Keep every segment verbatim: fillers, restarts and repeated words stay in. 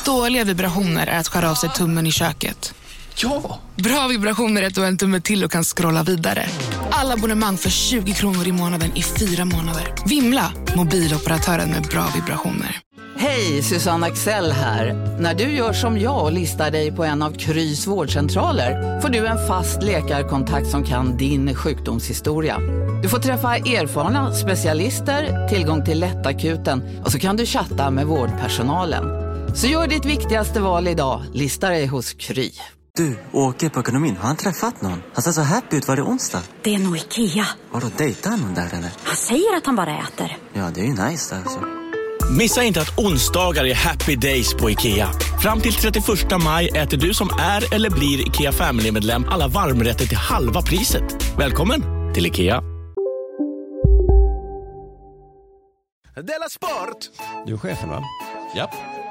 Dåliga vibrationer är att skära av sig tummen i köket. Ja! Bra vibrationer är att du har en tumme till och kan scrolla vidare. Alla abonnemang för tjugo kronor i månaden i fyra månader. Vimla, mobiloperatören med bra vibrationer. Hej, Susanne Axel här. När du gör som jag och listar dig på en av Krys vårdcentraler får du en fast läkarkontakt som kan din sjukdomshistoria. Du får träffa erfarna specialister, tillgång till lättakuten och så kan du chatta med vårdpersonalen. Så gör ditt viktigaste val idag, listar dig hos Kry. Du, åker på ekonomin. Har han träffat någon? Han ser så happy ut. Var det onsdag? Det är nog Ikea. Har du dejtat någon där eller? Han säger att han bara äter. Ja, det är ju nice där alltså. Missa inte att onsdagar är happy days på Ikea. Fram till trettioförsta maj äter du som är eller blir Ikea Family-medlem alla varmrätter till halva priset. Välkommen till Ikea. Della Sport! Du är chefen, va? Japp.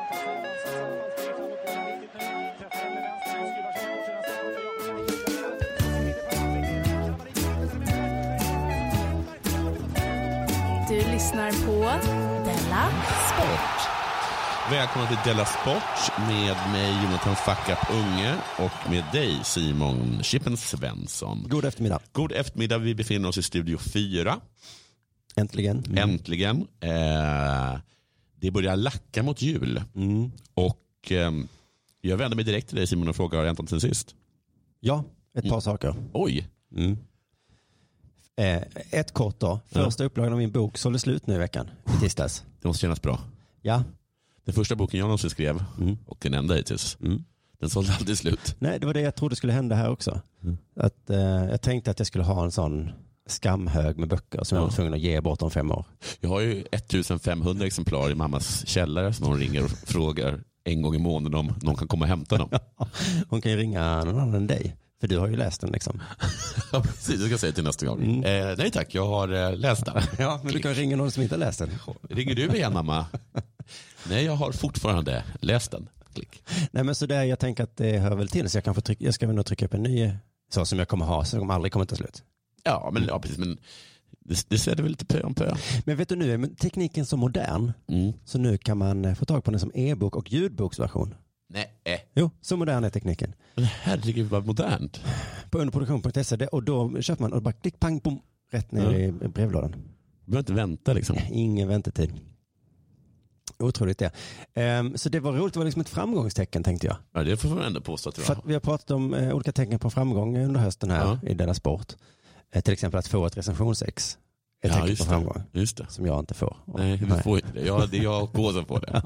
Du lyssnar på Della Sport. Välkommen till Della Sport med mig Jonathan Fuck-Up Unge och med dig Simon Chippen Svensson. God eftermiddag. God eftermiddag, vi befinner oss i studio fyra. Äntligen. Mm. Äntligen. Eh, det börjar lacka mot jul. Mm. Och eh, jag vänder mig direkt till dig Simon och frågar, har det hänt sen sist? Ja, ett par mm. saker. Oj. Mm. Eh, ett kort då. Första ja. upplagan av min bok sålde slut nu i veckan, i tisdags. Det måste kännas bra. Ja. Den första boken jag någonsin skrev, mm. och den enda hittills, mm. den sålde aldrig slut. Nej, det var det jag trodde skulle hända här också. Mm. Att, eh, jag tänkte att jag skulle ha en sån skamhög med böcker som ja. jag var tvungen att ge bort om fem år. Jag har ju femtonhundra exemplar i mammas källare som hon ringer och frågar en gång i månaden om någon kan komma och hämta dem. Hon kan ju ringa någon annan än dig. För du har ju läst den liksom. Ja, precis. Jag ska säga till nästa gång. Mm. Eh, nej tack, jag har eh, läst den. Ja, men du kan ringa någon som inte har läst den. Ringer du igen, mamma? Nej, jag har fortfarande läst den. Klick. Nej, men så där, jag tänker att det hör väl till. Så jag, kan få trycka, jag ska väl nog trycka upp en ny så som jag kommer ha. Så kommer aldrig kommer ta slut. Ja, men, ja, precis. Men det, det ser det väl lite pö om pö. Men vet du, nu är tekniken så modern. Mm. Så nu kan man få tag på den som e-bok och ljudboksversion. Nej. Jo, så modern är tekniken. Men herregud vad modernt. På underproduktion punkt se och då köper man och bara klick pang bom rätt ner mm. i brevlådan. Du behöver inte vänta liksom. Ingen väntetid. Otroligt det. Um, så det var roligt, det var liksom ett framgångstecken tänkte jag. Ja, det får man ändå påstå att det var. För att vi har pratat om uh, olika tecken på framgång under hösten här ja. i Della Sport. Uh, till exempel att få ett recensionsex. Ett ja, tecken på framgång. Just det. Som jag inte får. Nej, du får inte det. Ja, det är jag och K som får det.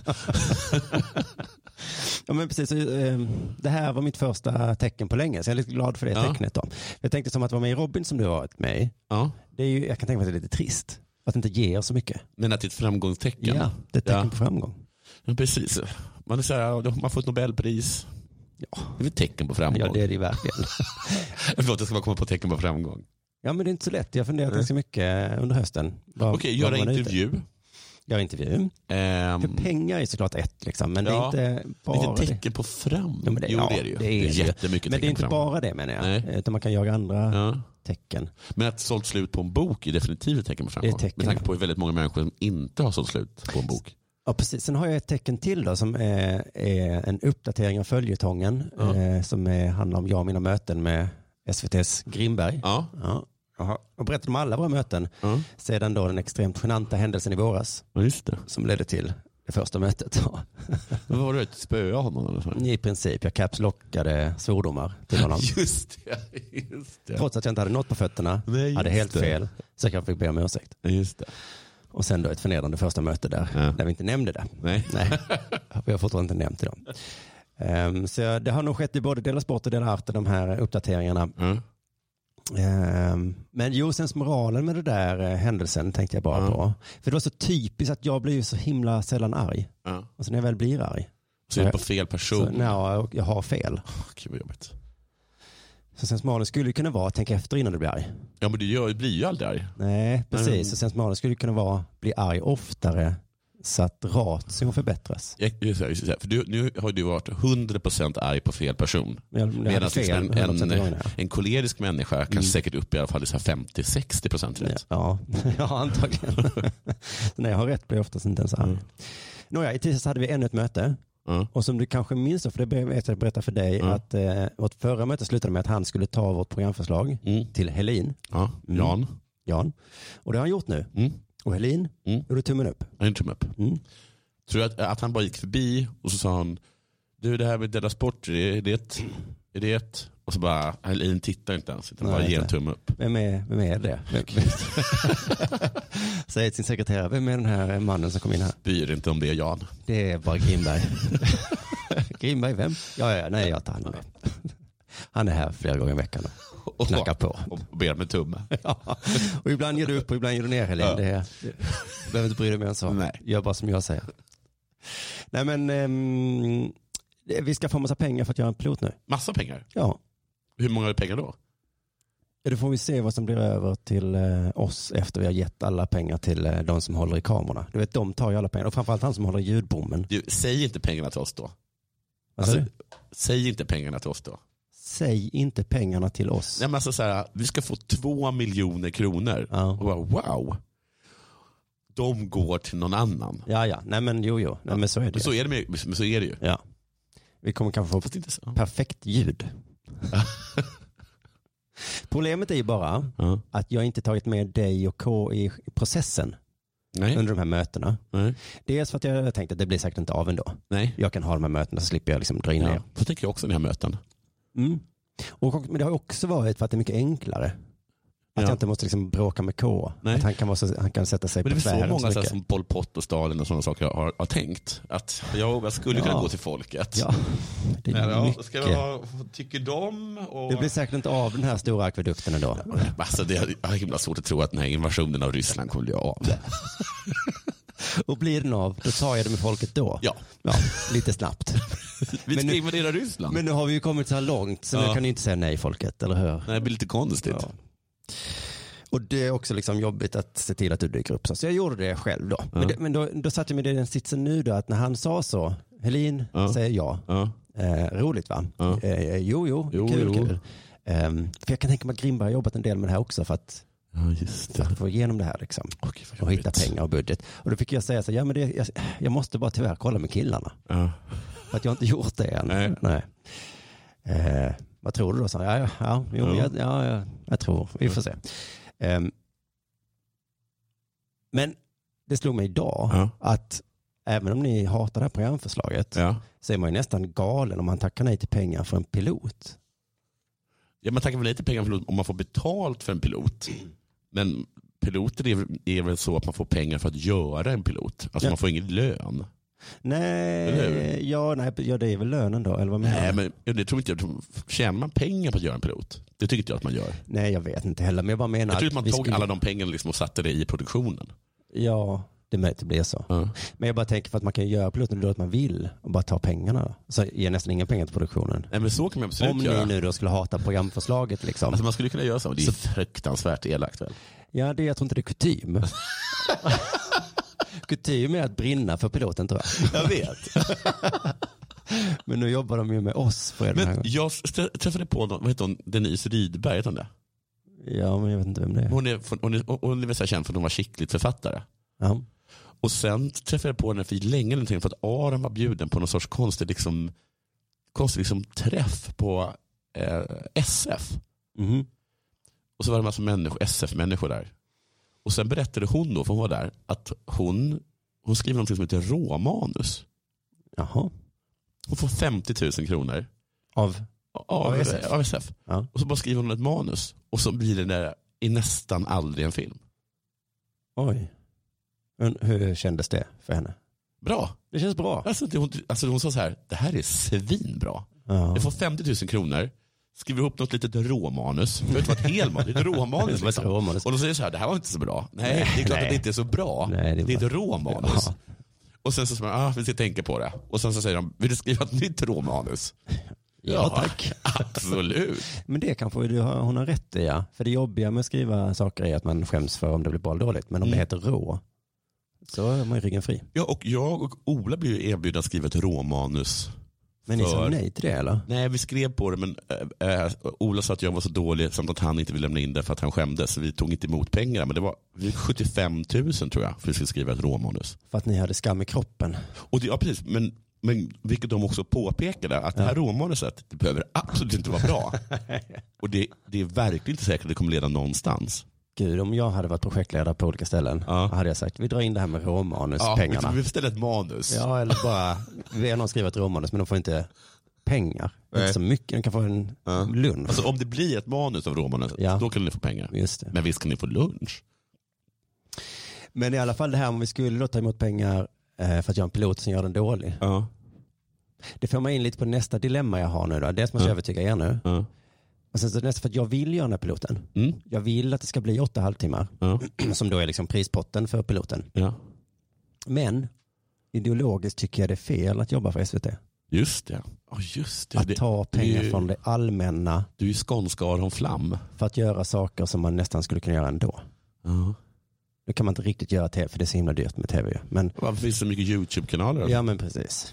Ja, men precis. Det här var mitt första tecken på länge, så jag är lite glad för det ja. tecknet då. Jag tänkte som att vara med i Robin som du har varit med i. Ja. Det är ju, jag kan tänka mig att det är lite trist. Att det inte ger så mycket. Men att det är ett framgångstecken. Ja, det är ett tecken ja. på framgång. Ja, precis. Man är så här, man får ett Nobelpris. Ja. Det är ett tecken på framgång. Ja, det är det verkligen. Förlåt, jag ska bara komma på tecken på framgång. Ja, men det är inte så lätt. Jag har funderat ganska mycket under hösten. Okej, okay, göra intervju. Ute. Göra intervju. Um, för pengar är såklart ett, liksom, men ja, det är inte bara det. Är tecken på fram. Ja, men det, jo, ja, det är det ju. Det är, det är jättemycket men det är inte fram. bara det, menar jag. Nej. Utan man kan göra andra ja. tecken. Men att sålt slut på en bok är definitivt ett tecken på framgång. Tecken. Med tanke på väldigt många människor som inte har sålt slut på en bok. Ja, precis. Sen har jag ett tecken till då, som är, är en uppdatering av följetongen ja. eh, som är, handlar om jag och mina möten med S V T:s Grimberg. Ja. Ja. Och berättade om alla våra möten mm. sedan då den extremt genanta händelsen i våras. Ja, just det. Som ledde till det första mötet. Men var det ett spöa honom? Eller så? I princip. Jag capslockade svordomar till honom. Just det, just det. Trots att jag inte hade något på fötterna. Nej, hade helt det. fel. Så jag fick be om ursäkt. Just det. Och sen då ett förnedrande första möte där. Ja. Där vi inte nämnde det. Nej. Nej. Vi har fortfarande inte nämnt det dem. Um, så det har nog skett i både Della Sport och Della Arte, de här uppdateringarna. Mm. Um, men jo, sen moralen med det där uh, händelsen tänkte jag bara mm. på. För det var så typiskt att jag blir ju så himla sällan arg. Mm. Och så när jag väl blir arg. Så är det på fel person. Så, nej, jag har fel. Oh, gud vad jobbigt. Så sensmoralen skulle ju kunna vara att tänka efter innan du blir arg. Ja, men du gör, blir ju aldrig arg. Nej, precis. Mm. Så sensmoralen skulle ju kunna vara bli arg oftare så att ration förbättras. Jag, jag, jag, jag, för du, nu har du varit hundra procent arg på fel person. Medan en, en, en kolerisk människa mm. kan säkert upp i alla fall femtio till sextio procent rätt. Ja, ja antagligen. När jag har rätt blir jag oftast inte ens arg. Mm. Nåja, i tisdags hade vi ännu ett möte. Mm. Och som du kanske minns, för det vet jag berätta för dig, mm. att eh, vårt förra möte slutade med att han skulle ta vårt programförslag mm. till Helin. Ja, Jan. Mm. Jan. Och det har han gjort nu. Mm. Och Helin mm. gjorde tummen upp. En tumme upp. Mm. Tror du att, att han bara gick förbi och så sa han, du, det här med Della Sport, är det ett, är det ett? Och så bara, Helin tittar inte ens, utan bara ger en tumme upp. Vem är, vem är det? Säger till sin sekreterare, vem är den här mannen som kom in här? Byr inte om det är Jan. Det är bara Grimberg. Grimberg, vem? Ja, ja, nej, jag tar hand om det. Han är här flera gånger i veckan och knackar på. Och ber med tumme. Ja. Och ibland ger du upp och ibland ger du ner, Helin. Ja. Det, är, det behöver inte bry dig mer än så. Nej. Gör bara som jag säger. Nej, men um, vi ska få massa pengar för att göra en pilot nu. Massa pengar? Ja. Hur många pengar då? Ja, då får vi se vad som blir över till eh, oss efter vi har gett alla pengar till eh, de som håller i kamerorna. Du vet, de tar ju alla pengar. Och framförallt han som håller i ljudbommen. Du, säg inte pengarna till oss då. Alltså, säg inte pengarna till oss då. Säg inte pengarna till oss. Nej, men alltså så här, vi ska få två miljoner kronor. Ja. Och bara, wow. De går till någon annan. Ja, ja. Nej, men jo, jo. Nej, men så är det men så är det, med, men så är det ju. Ja. Vi kommer kanske få perfekt ljud. Problemet är ju bara ja. att jag inte tagit med dig och K i processen. Nej. Under de här mötena. Nej. Dels för att jag tänkte att det blir säkert inte av ändå. Nej. Jag kan ha de här mötena så slipper jag liksom dra in ja. ner. Så tänker jag också i de här möten. Mm. Och, men det har också varit för att det är mycket enklare. Att ja. jag inte måste liksom bråka med K. Nej. Att han kan, måste, han kan sätta sig men på tvären. Men det är så många så som Pol Pot och Stalin och sådana saker har, har tänkt. Att jag, jag skulle ja. kunna gå till folket. Ja, det är ja, mycket. Ska vi ha, tycker de? Och... Det blir säkert inte av den här stora akvedukten ändå. Ja, alltså det är himla svårt att tro att den här invasionen av Ryssland kommer bli av. Och blir den av, då tar jag det med folket då. Ja. Ja, lite snabbt. Vi ska invadera Ryssland. Men nu har vi ju kommit så här långt så ja. nu kan ni inte säga nej folket, eller hur? Nej, det blir lite konstigt. Ja. Och det är också liksom jobbigt att se till att du dyker upp. Så jag gjorde det själv då. Ja. Men, det, men då, då satt jag med den sitsen nu då, att när han sa så, Helin ja. säger ja. ja. Eh, roligt va? Ja. Eh, jo, jo, jo, kul, jo. kul. Eh, för jag kan tänka mig att Grimberg har jobbat en del med det här också för att, ja, just det. för att få igenom det här liksom. Okej, och hitta pengar och budget. Och då fick jag säga så, ja men det, jag, jag måste bara tyvärr kolla med killarna. Ja. För att jag inte gjort det än. Nej. Nej. Eh, vad tror du då? Så, ja, ja, ja, jo, ja. Jag, ja, ja, jag tror. Vi får se. Um, men det slog mig idag ja. att även om ni hatar det här programförslaget ja. så är man ju nästan galen om man tackar nej till pengar för en pilot. Ja, man tackar väl nej till pengar för en pilot om man får betalt för en pilot. Men piloter är, är väl så att man får pengar för att göra en pilot. Alltså ja. man får ingen lön. Nej, ja, nej, ja, det är väl lönen då, eller vad menar Nej, men jag, det tror inte jag. Tjänar man pengar på att göra en pilot? Det tycker inte jag att man gör. Nej, jag vet inte heller, men jag bara menar jag tror att man tog skulle... alla de pengarna liksom och satte det i produktionen. Ja, det är möjligt att det blir så. Mm. Men jag bara tänker för att man kan göra piloten då att man vill och bara ta pengarna då. Så ger nästan inga pengar till produktionen. Nej, men så kan man absolut Om göra. Om ni nu då skulle hata programförslaget liksom. Alltså man skulle kunna göra så, det är så... fruktansvärt elakt väl? Ja, det, jag tror inte det är kutym. Kutym är att brinna för piloten, tror jag. Jag vet. Men nu jobbar de ju med oss. På men här. Jag träffade på någon, vad heter hon? Denise Rydberg, heter hon det? Ja, men jag vet inte vem det är. Hon är, hon är, hon är väl så känd för att hon var skickligt författare. Ja. Och sen träffade jag på henne för länge för att Aron var bjuden på någon sorts konstig, liksom, konstig liksom, träff på eh, S F. Mm. Och så var det en massa människor, S F-människor där. Och sen berättade hon då, för hon var där, att hon, hon skriver något som heter råmanus. Jaha. Hon får femtio tusen kronor. Av? Av, av S F. Av S F. Ja. Och så bara skriver hon ett manus. Och så blir det där i nästan aldrig en film. Oj. Men hur kändes det för henne? Bra. Det känns bra. Alltså, det, hon, alltså hon sa så här, det här är svinbra. Ja. Jag får femtio tusen kronor. Skriver ihop något litet råmanus. Jag vet inte vad ett helmanus, det är ett råmanus. Liksom. råmanus. Och då säger jag så här, det här var inte så bra. Nej, nej det är klart nej. att det inte är så bra. Nej, det, är det är ett råmanus. Ja. Och sen så säger man, ah, vi ska tänka på det. Och sen så säger de, vill du skriva ett nytt råmanus? Ja, ja, tack. Absolut. Men det kanske du har, hon har rätt i, ja. För det jobbiga med att skriva saker är att man skäms för om det blir bra eller dåligt. Men om mm. det heter rå, så är man ju ryggen fri. Ja, och jag och Ola blev erbjudna att skriva ett råmanus. Men ni sa nej till det, eller? Nej, vi skrev på det, men äh, äh, Ola sa att jag var så dålig samt att han inte ville lämna in det för att han skämdes. Så vi tog inte emot pengar, men det var sjuttiofem tusen tror jag för att vi skulle skriva ett råmanus. För att ni hade skam i kroppen. Och det, ja, precis. Men Men vilket de också påpekade, att ja. det här råmanuset det behöver absolut inte vara bra. Och det, det är verkligen inte säkert att det kommer leda någonstans. Gud, om jag hade varit projektledare på olika ställen ja. hade jag sagt, vi drar in det här med råmanuspengarna. Ja, vi beställer ett manus. Ja, eller bara, vi har någon skrivit ett råmanus men de får inte pengar. Nej. Inte så mycket, de kan få en ja. lunch. Alltså om det blir ett manus av råmanuset, ja. då kan ni få pengar. Just det. Men visst kan ni få lunch. Men i alla fall det här om vi skulle då ta emot pengar eh, för att göra en pilot som gör den dålig. Ja. Det får man in lite på nästa dilemma jag har nu då. Dels måste jag övertyga er nu. Ja. Och sen så nästa för att jag vill göra den här piloten. Mm. Jag vill att det ska bli åtta halvtimmar. Ja. Som då är liksom prispotten för piloten. Ja. Men ideologiskt tycker jag det är fel att jobba för S V T. Just det. Oh, just det. Att det, ta pengar det, från det allmänna. Du är ju skånska Aron Flam. För att göra saker som man nästan skulle kunna göra ändå. Ja. Nu kan man inte riktigt göra tv för det är så himla dyrt med tv. Men varför finns det så mycket YouTube-kanaler? Ja men precis.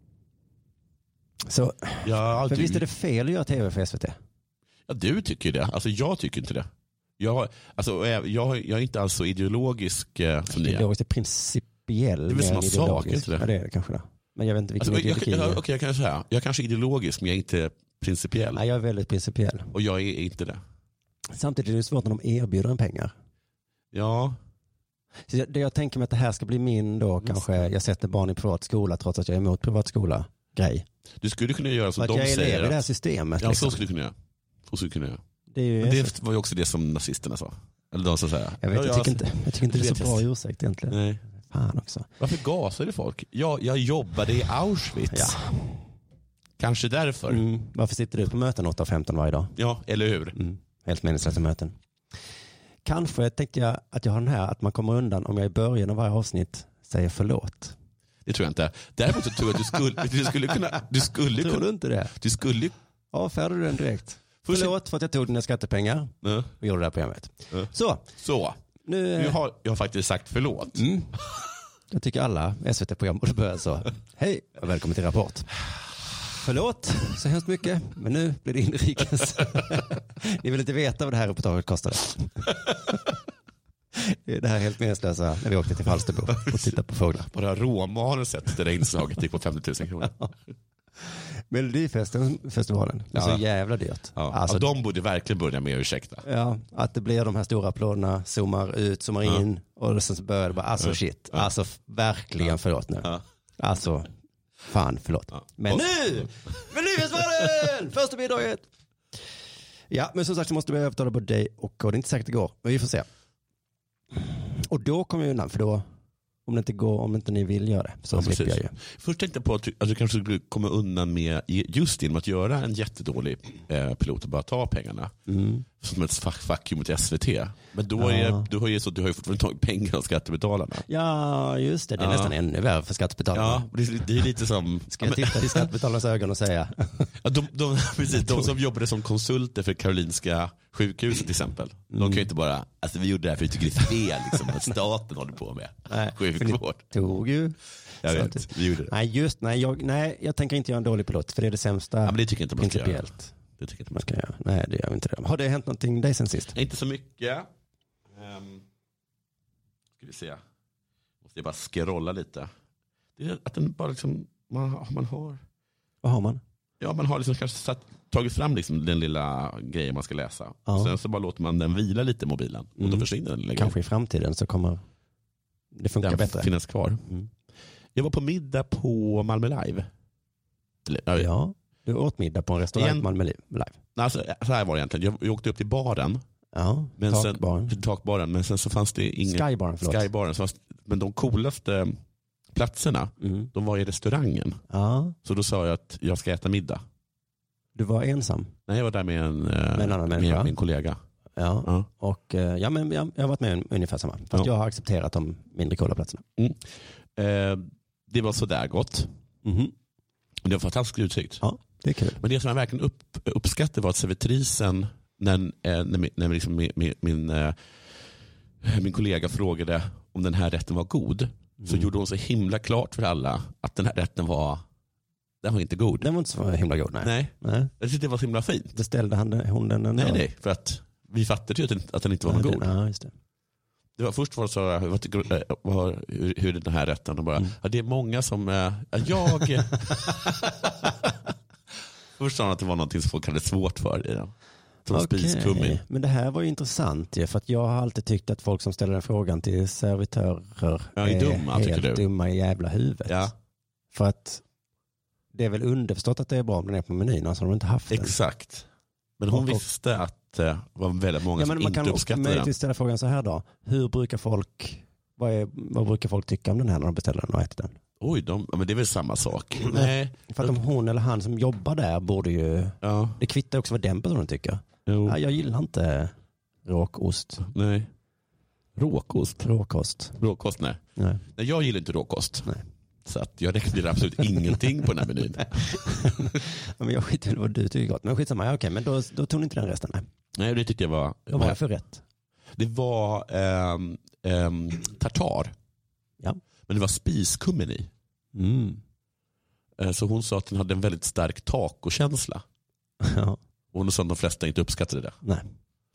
Så, ja, för du... visst är det fel att göra tv för S V T? Ja, du tycker det. Alltså jag tycker inte det. Jag, alltså, jag, jag är inte alls så ideologisk eh, som ni är. Ideologiskt är principiell. Det är väl samma sak, inte det? Ja, det är det kanske det. Men jag vet inte vilken alltså, ideologi. Jag, jag, okay, jag kan säga, jag är kanske ideologisk men jag är inte principiell. Nej, jag är väldigt principiell. Och jag är inte det. Samtidigt är det svårt när de erbjuder en pengar. Ja. Så det jag tänker mig att det här ska bli min då kanske, jag sätter barn i privat skola trots att jag är emot privat skola grej. Du skulle kunna göra som att de jag säger. Jag är i det här systemet. Ja, liksom. så skulle du kunna göra. Så skulle du kunna göra. Det, är ju men det var ju också det som nazisterna sa. Eller de som säger. Jag vet, jag, jag, tycker, inte, jag tycker inte det är så bra jag. ursäkt egentligen. Nej. Fan också. Varför gasar det folk? Jag, jag jobbade i Auschwitz. Ja. Kanske därför. Mm. Varför sitter du på möten åtta femton varje dag? Ja, eller hur? Mm. Helt meningslösa möten. Kanske tänkte jag att jag har den här att man kommer undan om jag i början av varje avsnitt säger förlåt. Det tror jag inte. Däremot så tror jag att du skulle, du skulle kunna... Du skulle tror kunna, du inte det? Du skulle... Avfärdar du den direkt? Förlåt för att jag tog dina skattepengar ja. och gjorde det här programmet. Ja. Så. Så. Nu, nu har jag faktiskt sagt förlåt. Mm. Jag tycker alla S V T-program borde börja så. Hej och välkommen till Rapport. Förlåt så hemskt mycket, men nu blir det inrikes. Ni vill inte veta vad det här reportaget kostade. Det här är helt meningslösa när vi åkte till Falsterbo och tittade på fåglar. Bara råmanuset det där inslaget gick på femtio tusen kronor. Melodifestivalen, det är ja. så jävla dyrt. Ja. Alltså, ja, de borde verkligen börja med ursäkta. Ja, att det blir de här stora applåderna, zoomar ut, zoomar ja. in och sen så börjar det bara, alltså ja. shit, ja. alltså verkligen ja. förlåt nu. Ja. Alltså, fan förlåt. Ja. Men och, nu! Melodifestivalen! Första bidraget! Ja, men som sagt så måste vi övertala både dig och, och det är inte säkert det går, men vi får se. Och då kommer vi undan, för då om det inte går, om inte ni vill göra det så ja, slipper jag ju. Först tänkte jag på att du, att du kanske skulle komma undan med just genom att göra en jättedålig eh, pilot och bara ta pengarna. Mm. Som ett fuck, fuck you mot S V T. Men då är ja. du har ju så du har ju fortfarande tagit pengar av skattebetalarna. Ja, just det. Det är ja. nästan ännu värre för skattebetalarna. Ja, det är, det är lite som... Ska jag titta i skattebetalarnas ögon och säga? Ja, de, de, precis, de som jobbade som konsulter för Karolinska sjukhuset till exempel. Mm. De kan ju inte bara, alltså vi gjorde det här för vi tycker det är fel liksom, att staten håller på med nej, sjukvård. Tog ju. Jag vet, att, vi gjorde det. Nej, just, nej jag, nej, jag tänker inte göra en dålig pilot för det är det sämsta ja, men det tycker inte man ska göra. Det tycker inte man ska göra. Nej, det gör vi inte det. Har det hänt någonting dig sen sist? Inte så mycket. Um, ska vi se. Måste jag bara scrolla lite. Det är att den bara liksom, man, man har... Vad har man? Ja, man har liksom kanske satt, tagit fram liksom den lilla grejen man ska läsa. Ja. Och sen så bara låter man den vila lite i mobilen. Och mm. då försvinner den längre. Kanske i framtiden så kommer det funka den bättre. Finnas kvar. Mm. Jag var på middag på Malmö Live. Eller, ja, du åt middag på en restaurang igen, på Malmö Live. Alltså, så här var det egentligen. Jag, jag åkte upp till baren. Ja, men takbaren. Sen, takbaren. Men sen så fanns det ingen... Skybaren, förlåt. Skybaren. Så fanns, men de coolaste platserna, mm. de var i restaurangen. Ja. Så då sa jag att jag ska äta middag. Du var ensam? Nej, jag var där med en, med en annan människa. Med min kollega. Ja, ja. Och ja, men jag, jag har varit med ungefär samma. Fast ja. jag har accepterat de mindre coola platserna. Mm. Eh, det var så där gott. Mm. Det var fantastiskt utsikt. Ja, det är kul. Men det som jag verkligen upp, uppskattade var att servitrisen, när, när, när, när liksom min, min, min, min kollega frågade om den här rätten var god, mm. så gjorde hon så himla klart för alla att den här rätten var den var inte god. Den var inte så himla god, nej. Nej, nej. Jag tyckte det var så himla fint. Beställde han, hon den ändå? Nej, nej, för att vi fattade ju att den, att den inte var ja, god. Den, ja, just det. Det var först var det så vad tycker, äh, vad, hur, hur är den här rätten? Och bara, mm. ja, det är många som, äh, jag... Först sa han att det var någonting som folk hade svårt för i den. Som okay. spiskummin. Men det här var ju intressant ju, för att jag har alltid tyckt att folk som ställer den frågan till servitörer ja, är, dumma, är helt dumma i jävla huvudet. Ja. För att det är väl underförstått att det är bra om den är på menyn, alltså har de inte haft den. Exakt. Men hon och, visste att det var väldigt många ja, som inte uppskattade den. Men man ställa frågan så här då. Hur brukar folk, vad, är, vad brukar folk tycka om den här när de beställer den och äter den? Oj, de, men det är väl samma sak. Nej. För att om hon eller han som jobbar där borde ju, ja. Det kvittar också vad den personen tycker. Ja, jag gillar inte råkost. Nej. Råkost? Råkost. Råkost, nej. nej. nej. Jag gillar inte råkost. Nej. Så att jag rekommenderar absolut ingenting på den här menyn. Men jag skiter väl vad du tycker gott. Men skitsamma, ja, okej, men då, då tog ni inte den resten med. Nej, det tyckte jag var... Vad var det för rätt? Det var ähm, ähm, tartar. Ja. Men det var spiskummin i. Mm. Så hon sa att den hade en väldigt stark tacokänsla. Ja. Och hon sa att de flesta inte uppskattade det. Nej.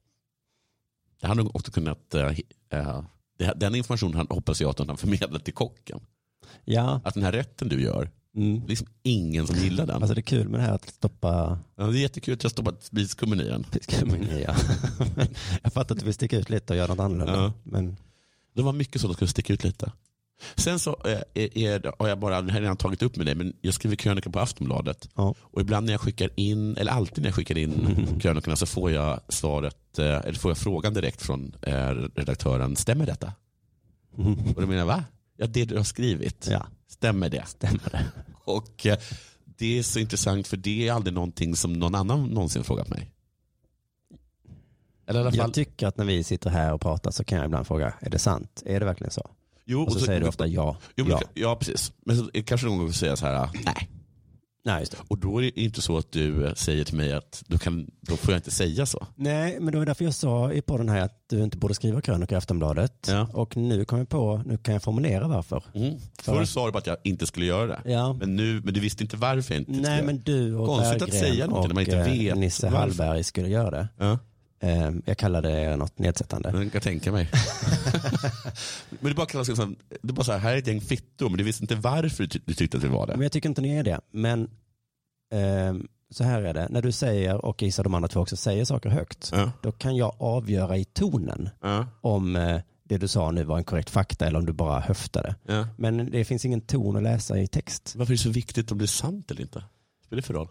Det hade nog också kunnat... Äh, äh, den informationen hoppas jag att hon har förmedlat till kocken. Ja. Att den här rätten du gör, mm. det är liksom ingen som gillar den. Alltså det är kul med det här att stoppa... Ja, det är jättekul att jag stoppat spiskummin i den. Spiskummin i, ja. Jag fattar att du vill sticka ut lite och göra något annorlunda. Ja. Men... Det var mycket så att jag skulle sticka ut lite. Sen så är, är, har jag bara, det här har jag tagit upp med dig, men jag skriver krönika på Aftonbladet. Ja. Och ibland när jag skickar in, eller alltid när jag skickar in mm. krönikorna så får jag svaret, eller får jag frågan direkt från redaktören, stämmer detta? Mm. Och då menar jag, va? Ja, det du har skrivit. Ja. Stämmer det? Stämmer det. Och eh, det är så intressant för det är aldrig någonting som någon annan någonsin frågat mig. Eller i alla fall... Jag tycker att när vi sitter här och pratar så kan jag ibland fråga, är det sant? Är det verkligen så? Jo, och så, och så säger du ofta ja. Jo, men, ja. ja, precis. Men så, kanske någon gång säga så här, nej. Nej, just det. Och då är det inte så att du säger till mig att då, kan, då får jag inte säga så. Nej, men det var därför jag sa i podden här att du inte borde skriva krönikor i Aftonbladet. Ja. Och nu kommer jag på, nu kan jag formulera varför. Mm. Förr sa du bara att jag inte skulle göra det. Ja. Men, nu, men du visste inte varför jag inte skulle. Nej, men du och konstigt att säga något när man inte vet och Nisse varför. Hallberg skulle göra det. Ja. Jag kallade det något nedsättande. Jag kan tänka mig. Men det bara kallas liksom, det är bara så här, här är ett gäng fittor, men du visste inte varför du, ty- du tyckte att det var det. Men jag tycker inte ni är det. Men eh, så här är det. När du säger, och Isa de andra två också säger saker högt, ja. Då kan jag avgöra i tonen ja. om eh, det du sa nu var en korrekt fakta eller om du bara höftade. Ja. Men det finns ingen ton att läsa i text. Varför är det så viktigt om det är sant eller inte? Vad är det för roll?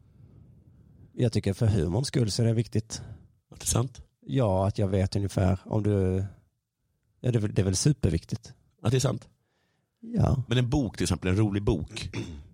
Jag tycker för humorns skull så är det viktigt. Att det är sant? Ja, att jag vet ungefär om du... Ja, det är, det är väl superviktigt. Att det är sant? Ja. Men en bok till exempel, en rolig bok.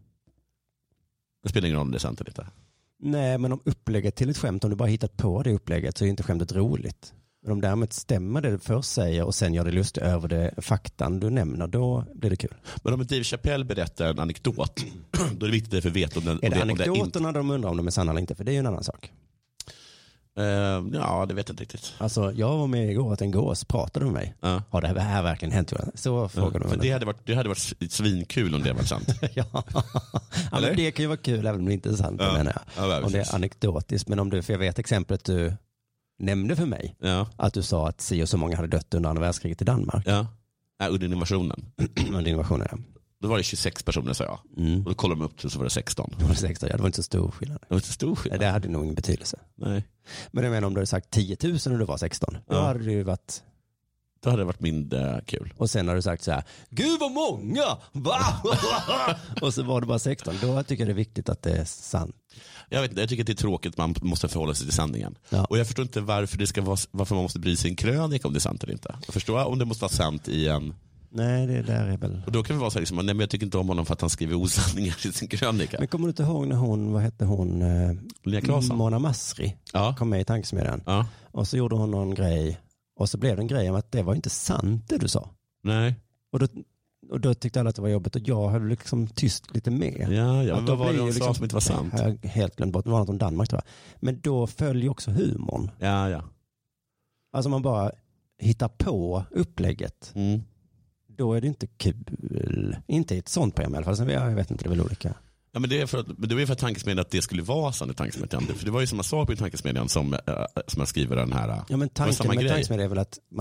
Det spelar ingen roll om det är sant eller inte. Nej, men om upplägget till ett skämt, om du bara hittat på det upplägget så är inte skämtet roligt. Men om därmed stämmer det du först säger och sen gör det lustigt över det faktan du nämner, då blir det kul. Men om Dave Chappelle berättar en anekdot, då är det viktigt att få veta om den... Är det, om det anekdoterna inte... de undrar om de är sanna eller inte? För det är ju en annan sak. Uh, ja, det vet jag inte riktigt. Alltså, jag var med igår att en gås pratade med mig. Uh. Har det här verkligen hänt? Så frågade uh, de. För det hade, varit, det hade varit svinkul om det var sant. ja, ja men det kan ju vara kul även om det inte är sant. Uh. Menar jag. Uh, om det är anekdotiskt. Men om du, för jag vet exemplet du nämnde för mig. Ja. Att du sa att si och så många hade dött under andra världskriget i Danmark. Ja, ja under invasionen. under invasionen, ja. Då var det tjugosex personer, sa jag. Mm. Och då kollade de upp till så var det sexton. Det var sexton, ja, det var inte så stor skillnad. Det var inte så stor skillnad. Nej, det hade nog ingen betydelse. Nej. Men jag menar om du hade sagt tio tusen och du var sexton. Då ja. hade det ju varit... Då hade det varit mindre kul. Och sen har du sagt så här, gud vad många! Va? Och så var det bara sexton. Då tycker jag det är viktigt att det är sant. Jag vet inte, jag tycker att det är tråkigt att man måste förhålla sig till sanningen. Ja. Och jag förstår inte varför, det ska vara, varför man måste bry sig i en krönika om det är sant eller inte. Jag förstår om det måste vara sant i en... Nej, det där är väl... Och då kan vi vara så här, liksom, nej, men jag tycker inte om honom för att han skriver osanningar i sin krönika. Men kommer du inte ihåg när hon, vad hette hon? Linnea Claesson. Mona Masri ja. kom med i Tankesmedjan. Ja. Och så gjorde hon någon grej. Och så blev det en grej om att det var inte sant det du sa. Nej. Och då, och då tyckte alla att det var jobbigt och jag höll liksom tyst lite mer. Ja, ja. Men vad var det hon liksom, sa som inte var sant? Jag har helt glömt bort, det var något om Danmark tror jag. Men då följer också humorn. Ja, ja. Alltså man bara hittar på upplägget. Mm. Då är det inte kul. Inte i ett sånt program i alla fall. Sen, jag vet inte, det är väl olika. Ja, men det är för att, det är för att tankesmedjan att det skulle vara sant i tankesmedjan. För det var ju som man sa på tankesmedjan som, äh, som jag skriver den här. Ja, men tanken med tankesmedjan är väl att man,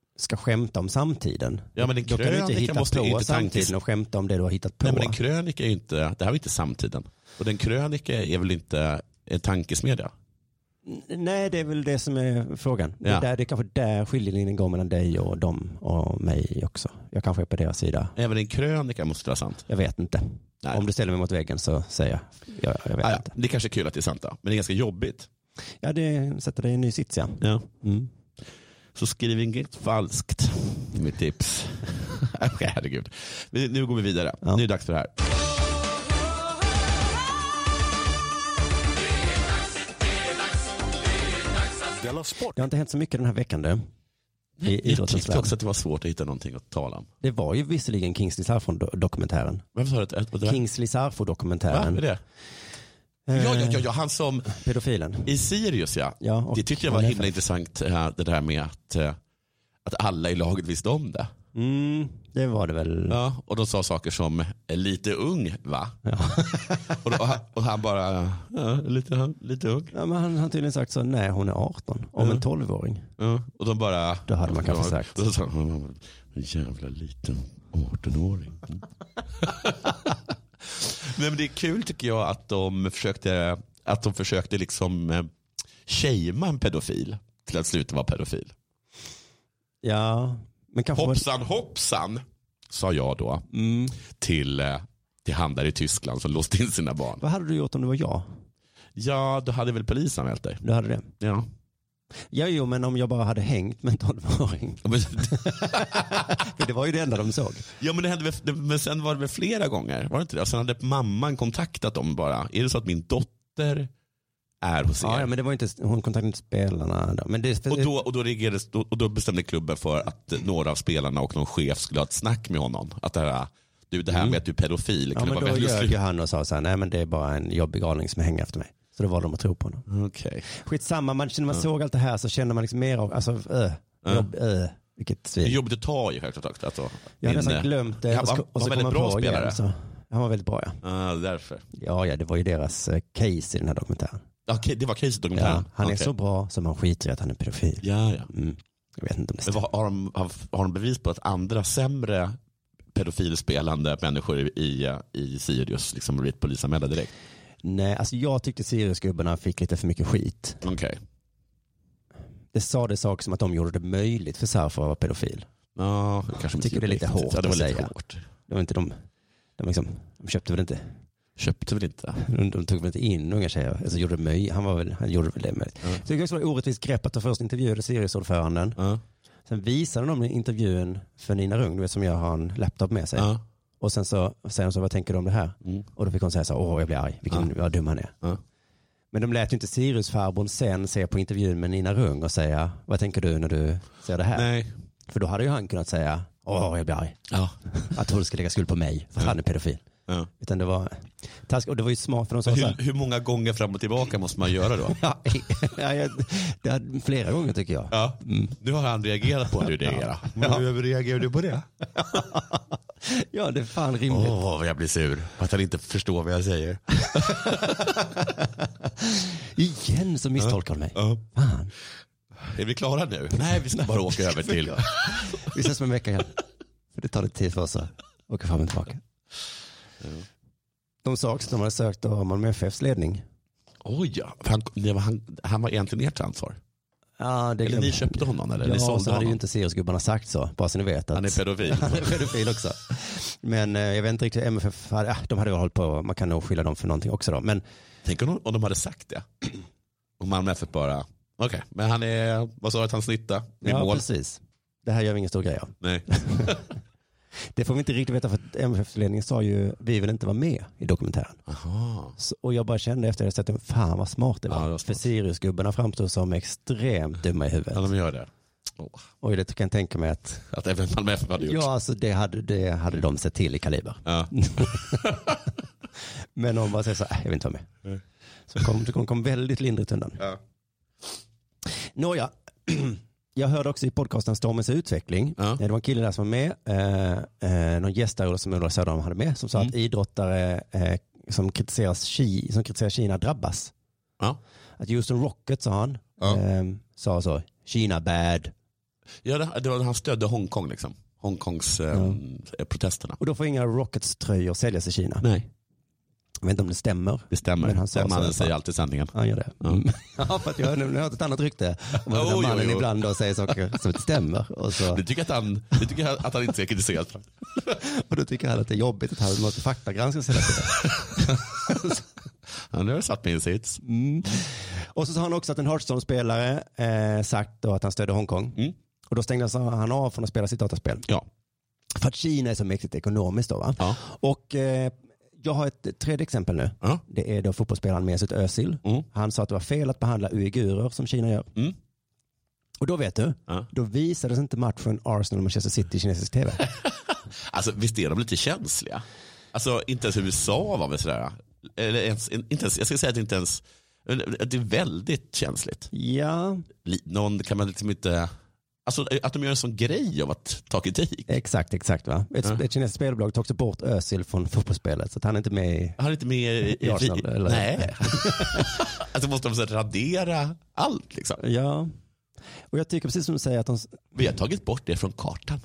ska skämta om samtiden. Ja, men en då kan du inte hitta måste på inte samtiden tankes... och skämta om det du har hittat på. Nej, men en krönika är ju inte, det här är inte samtiden. Och den krönika är väl inte en tankesmedja? Nej, det är väl det som är frågan. Ja. Det, är där, det är kanske där skiljelinjen går mellan dig och dem och mig också. Jag kanske är på deras sida. Även en krönika måste vara sant. Jag vet inte. Nej. Om du ställer mig mot väggen så säger jag. Jag, jag vet ah, ja. inte. Det är kanske kul att det är sant då, men det är ganska jobbigt. Ja, det sätter dig i en ny sits, ja. Ja. Mm. Så skriv inget falskt. Mitt tips. Herregud. Nu går vi vidare. Ja. Nu är det dags för det här. Det har inte hänt så mycket den här veckan nu. I jag tyckte också att det var svårt att hitta någonting att tala om. Det var ju visserligen Kingsley Sarfo-dokumentären. Vem sa det? Kingsley Sarfo-dokumentären. Vad är det? Ja, ja, ja, ja, han som... Pedofilen. I Sirius, ja. ja det tyckte jag var himla intressant, det där med att, att alla i laget visste om det. Mm, det var det väl. Ja, och de sa saker som lite ung, va? Ja. och, då, och han bara, ja, lite, lite ung. Ja, men han har tydligen sagt så, nej hon är arton, om ja. en tolvåring. Ja, och de bara... Då hade man kanske sagt. Då sa han, en jävla liten artonåring. Mm. Men det är kul tycker jag att de försökte, att de försökte liksom eh, shama en pedofil till att sluta vara pedofil. Ja, men kanske... Hoppsan, hoppsan, sa jag då mm. till, eh, till han där i Tyskland som låste in sina barn. Vad hade du gjort om det var jag? Ja, då hade väl polisen anmält dig. Du hade det? Ja. Ja, jo, men om jag bara hade hängt med en tolvåring. För det var ju det enda de såg. Ja, men, det hände, men sen var det väl flera gånger, var det inte det? Sen hade mamman kontaktat dem bara. Är det så att min dotter är hos er? Ja, men det var inte, hon kontaktade inte spelarna. Då. Men det, och, då, och, då regerades, och då bestämde klubben för att några av spelarna och någon chef skulle ha ett snack med honom. Att det här, du, det här med att du är pedofil. Ja, men då ljög han och sa så här, nej men det är bara en jobbig galning som hänger efter mig. Så det var de att tro på honom. Okay. Skitsamma, man, när man ja. såg allt det här så kände man liksom mer av, alltså, äh, ja. jobb, äh, vilket svin. Det är jobbigt att ta i självklart. Alltså, jag hade nästan glömt det. Ja, och så, och så var kom man bra på spelare. Igen, så, han var väldigt bra, ja. Ah, därför. Ja, ja, det var ju deras uh, case i den här dokumentären. Okay, det var case i dokumentären? Ja, han okay. är så bra som man skiter i att han är pedofil. Ja, ja. Mm. Jag vet inte om det stämmer. Har de, har, har de bevis på att andra sämre pedofilspelande människor i, i Sirius liksom blivit polisanmälda direkt? Nej, alltså jag tyckte Sirius-gubbarna fick lite för mycket skit. Okej. Okay. Det sa det saker som att de gjorde det möjligt för Sarfo att vara pedofil. Ja, kanske jag tycker det är lite hårt ja, det var att lite säga. Hårt. Det var inte de, de, liksom, de köpte väl inte. Köpte väl inte. De, de tog väl inte in unga tjejer. Alltså gjorde det möjligt. Han, var väl, han gjorde väl det möjligt. Mm. Så det var orättvist grepp att de först intervjuade Sirius-ordföranden. Mm. Sen visade de intervjun för Nina Rung, du vet, som jag har en laptop med sig. Mm. Och sen så säger de så, vad tänker du om det här? Mm. Och då fick hon säga så, åh jag blir arg, vilken mm. vad dum han är. Mm. Men de lät ju inte Sirius-farbon sen se på intervjun med Nina Rung och säga, vad tänker du när du ser det här? Nej. För då hade ju han kunnat säga, åh jag blir arg. Ja. Att hon ska lägga skuld på mig, för mm. han är pedofil. Ja. Utan det var task, och det var ju smart för de sa hur, så här, hur många gånger fram och tillbaka måste man göra då? ja, ja, det hade flera gånger tycker jag. Ja. Mm. Nu har han reagerat på att du reagerar. Ja. Hur reagerar du på det? Ja, det är fan rimligt. Åh, oh, jag blir sur. Att han inte förstår vad jag säger. Igen så misstolkar han mig. Ja. Fan. Är vi klara nu? Nej, vi ska bara åka över till. Vi ses om en vecka igen. För det tar lite tid för oss att åka fram och tillbaka. Mm. De sa också att de hade sökt av Malmö F F:s ledning. Oj ja, han, det var han, han var egentligen ert ansvar. Ja, det eller ni köpte honom eller? Ja, ni sålde så hade honom. Ju inte Sirius-gubbarna sagt så, bara så ni vet att han är pedofil. Han är pedofil också. Men eh, jag vet inte riktigt, M F F hade, äh, de hade ju hållit på, man kan nog skylla dem för någonting också då. Men tänk om, om de hade sagt det. Och Malmö F F bara, okej, okay, men han är, vad sa du att han snittade? Ja, mål. Precis. Det här gör vi ingen stor grej av. Nej. Det får vi inte riktigt veta för att M F F-ledningen sa ju vi vill inte vara med i dokumentären. Aha. Så, och jag bara kände efter det att fan vad smart det var. Ja, det var smart. För Sirius-gubbarna framstod som extremt dumma i huvudet. Ja, de gör det. Oh. Och det kan jag tänka mig att att även Malmö F F hade gjort. Ja, alltså det hade, det hade de sett till i Kaliber. Ja. Men om man säger så, äh, jag vill inte vara med. Mm. Så kom, det kom, kom väldigt lindrigt undan. Ja. Nåja. Jag hörde också i podcasten Stormens utveckling. Ja. Det var en kille där som var med. Eh, eh, någon gäst där som Ulla Söderholm hade med. Som sa mm. att idrottare eh, som, kritiseras, som kritiserar Kina drabbas. Ja. Att Houston Rocket, sa han, ja. eh, sa så, Kina bad. Ja, det, det var, han stödde Hongkong liksom. Hongkongs eh, ja. protesterna. Och då får inga Rockets-tröjor säljas i Kina. Nej. Jag vet inte om det stämmer. Det stämmer. Men han sa mannen säger alltid sanningen. Han gör det. Mm. Ja, för att jag har nämligen hört ett annat rykte om att oh, mannen jo, jo. ibland då säger saker som inte stämmer. Och så... Du tycker att han, du tycker att han inte är kritiserat. Och då tycker han att det är jobbigt att han måste faktagranskas hela tiden. Han har satt med en sits. Mm. Och så sa han också att en Hearthstone-spelare eh, sagt då att han stödde Hongkong. Mm. Och då stängde han av från att spela sitt dataspel. Ja. För att Kina är så mäktigt ekonomiskt då va? Ja. Och eh, jag har ett tredje exempel nu. Ja. Det är då fotbollsspelaren Mesut Özil. Mm. Han sa att det var fel att behandla uigurer som Kina gör. Mm. Och då vet du, ja. då visades inte matchen Arsenal-Manchester City i kinesisk tv. Alltså visst är de lite känsliga? Alltså inte ens U S A var väl sådär. Eller ens, inte ens, jag ska säga att det inte ens, det är väldigt känsligt. Ja. Någon kan man liksom inte... Alltså att de gör en sån grej av att ta kritik. Exakt, exakt va. Ett, ja. ett kinesiskt spelbolag tog också bort Özil från fotbollsspelet så att han är inte med i... Han är inte med i, i Arsenal, vi, eller? Nej. Alltså måste de så radera allt liksom. Ja. Och jag tycker precis som du säger att de... Vi har tagit bort det från kartan.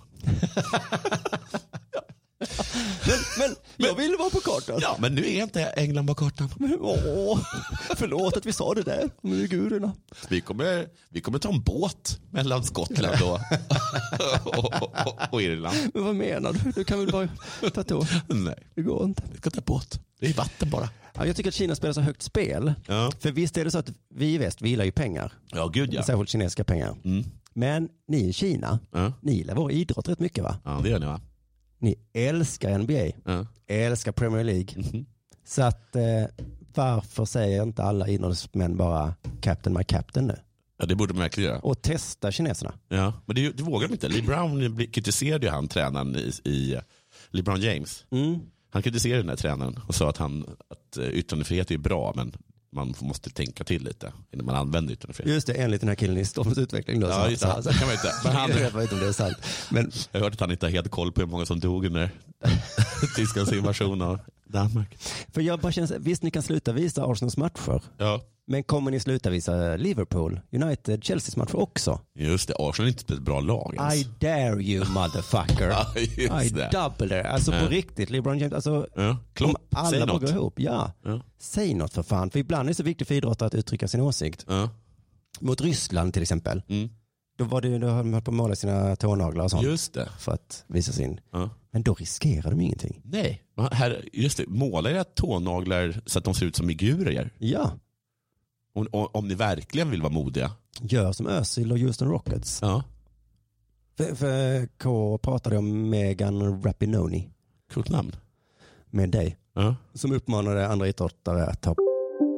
Men, men jag vill vara på kartan. Ja, men nu är inte England på kartan. Men, åh, förlåt att vi sa det där med uigurerna. Vi kommer, vi kommer ta en båt mellan Skottland och, och, och, och, och Irland. Men vad menar du? Du kan väl bara ta tå? Nej, det går inte. Vi ska ta båt. Det är vatten bara. Ja, jag tycker att Kina spelar så högt spel. Ja. För visst är det så att vi i väst, vi gillar ju pengar. Ja, gud ja. Särskilt kinesiska pengar. Mm. Men ni i Kina, ja. ni gillar vår idrott rätt mycket va? Ja, det gör ni va? Ni älskar N B A, ja. älskar Premier League. Mm-hmm. Så att eh, varför säger inte alla idrottsmän bara Captain my Captain nu? Ja, det borde man verkligen göra. Och testa kineserna. Ja, men det, det vågar de inte. LeBron kritiserade ju han tränaren i, i LeBron James. Mm. Han kritiserade den här tränaren och sa att, han, att yttrandefrihet är bra men man måste tänka till lite innan man använder yttrandefrihet. Just det, enligt den här killen i Stormens utveckling. Då, ja, just det. Så kan man inte. Men han, jag vet inte om det är sant. Men... Jag har hört att han inte har helt koll på hur många som dog under Tysklands invasion av Danmark. För jag bara känner, visst ni kan sluta visa Arsenals matcher. Ja. Men kommer ni sluta visa Liverpool, United, Chelseas matcher också? Just det, Arsenal är inte ett bra lag ens. I dare you motherfucker. Ja, I det. double dare. Alltså ja. på riktigt, LeBron James, alltså ja. Klopp, alla vågar ihop. Ja. ja. Säg något för fan, för ibland är det så viktigt för idrottare att uttrycka sin åsikt. Ja. Mot Ryssland till exempel. Mm. Då var det då höll man på att måla sina tånaglar och sånt. Just det. För att visa sin. Ja. Men då riskerar de ingenting. Nej, här, just det. Målar era tånaglar så att de ser ut som figurer gör. Ja. Om, om ni verkligen vill vara modiga. Gör som Özil och Houston Rockets. Ja. För, för K pratade om Megan Rapinoe. Coolt namn. Med dig. Ja. Som uppmanade andra idrottare att ta.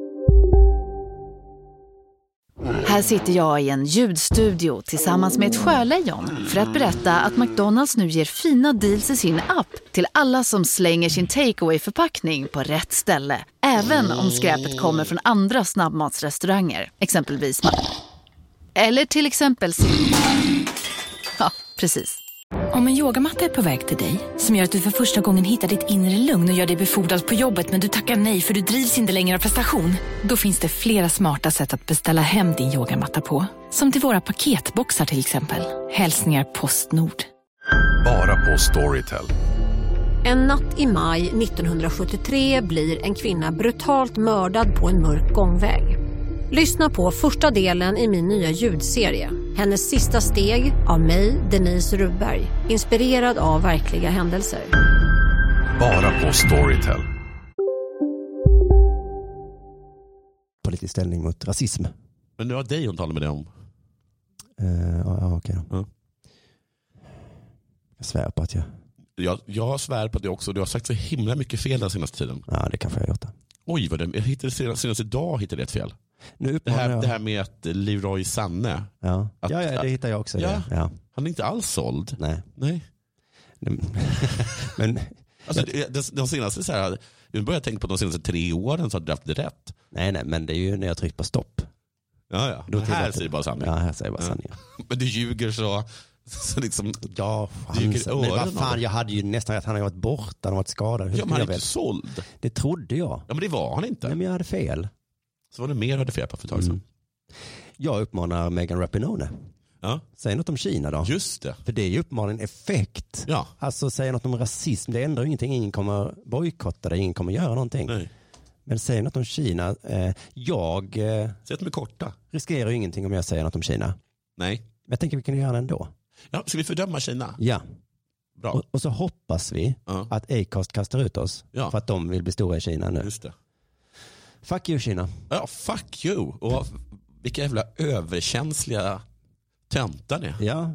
Här sitter jag i en ljudstudio tillsammans med ett sjölejon för att berätta att McDonalds nu ger fina deals i sin app till alla som slänger sin takeaway-förpackning på rätt ställe. Även om skräpet kommer från andra snabbmatsrestauranger, exempelvis. Eller till exempel... Ja, precis. Om en yogamatta är på väg till dig, som gör att du för första gången hittar ditt inre lugn och gör dig befordrad på jobbet men du tackar nej för du drivs inte längre av prestation, då finns det flera smarta sätt att beställa hem din yogamatta på. Som till våra paketboxar till exempel. Hälsningar Postnord. Bara på Storytel. En natt i maj nittonhundrasjuttiotre blir en kvinna brutalt mördad på en mörk gångväg. Lyssna på första delen i min nya ljudserie. Hennes sista steg av mig, Denise Rubberg. Inspirerad av verkliga händelser. Bara på Storytel. Politisk ställning mot rasism. Men det var dig hon talade med dig om. Uh, ja, okej okay. uh. Jag svär på att jag... jag... Jag svär på det också. Du har sagt så himla mycket fel den senaste tiden. Ja, det kanske jag har gjort det. Oj, vad det... jag hittade senast, senast idag hittade jag ett fel. Nu det, här, jag... det här med att Leroy Sanne. Ja, att, ja, ja det hittar jag också. Ja, ja. Han är inte alls såld. Nej. Nej. Men alltså, de, de senaste så här, jag börjar tänka på de senaste tre åren så har du haft det rätt. Nej, nej, men det är ju när jag trycker på stopp. Ja, ja. Då här säger bara sanning. Ja, här säger bara ja. sanning. Men du ljuger så, så liksom. Ja, fan. Men vad fan, jag hade ju nästan rätt. Han har varit borta, han har varit skadad. Ja, men han är inte såld. Det trodde jag. Ja, men det var han inte. Nej, men jag hade fel. Så var det mer hade fel på för ett tag sedan. Mm. Jag uppmanar Megan Rapinoe. Ja. Säg något om Kina då. Just det. För det är ju uppenbarligen effekt. Ja. Alltså säg något om rasism. Det ändrar ingenting. Ingen kommer bojkotta det. Ingen kommer göra någonting. Nej. Men säg något om Kina. Eh, jag eh, Säg att de är korta. riskerar ju ingenting om jag säger något om Kina. Nej. Men jag tänker vi kan göra det ändå. Ja, ska vi fördöma Kina? Ja. Bra. Och, och så hoppas vi Ja. att Acast kastar ut oss. Ja. För att de vill bli stora i Kina nu. Just det. Fuck you Kina. Ja, fuck you. Och vilka jävla överkänsliga töntar ni. Ja.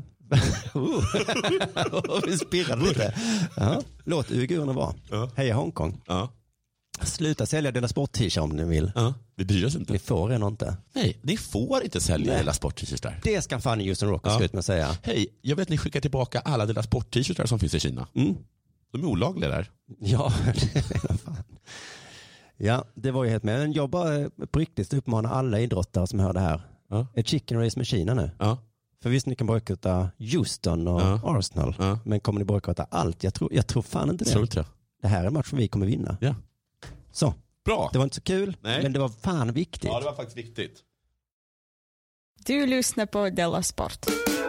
Vi spirrade lite. Ja. Låt uigurerna vara. Ja. Heja Hongkong. Ja. Sluta sälja Della Sport-t-shirt om ni vill. Ja. Vi bryr oss inte. Ni får ändå inte. Nej, ni får inte sälja Della Sport-t-shirtar. Det ska fan Houston Rockets Ja. gå ut med att säga. Hej, jag vet att ni skickar tillbaka alla Della Sport-t-shirtar som finns i Kina. Mm. De är olagliga där. Ja, fan. Ja, det var ju helt med. Men jag bara på riktigt uppmanar alla idrottare som hör det här. Ja. Ett chicken race med Kina nu. Ja. För visst, ni kan bojkotta Houston och Ja. Arsenal. Ja. Men kommer ni bojkotta allt? Jag tror, jag tror fan inte det. Tror inte jag. Det här är en match som vi kommer vinna. Ja. Så, Bra. det var inte så kul, Nej. men det var fan viktigt. Ja, det var faktiskt viktigt. Du lyssnar på Della Sport.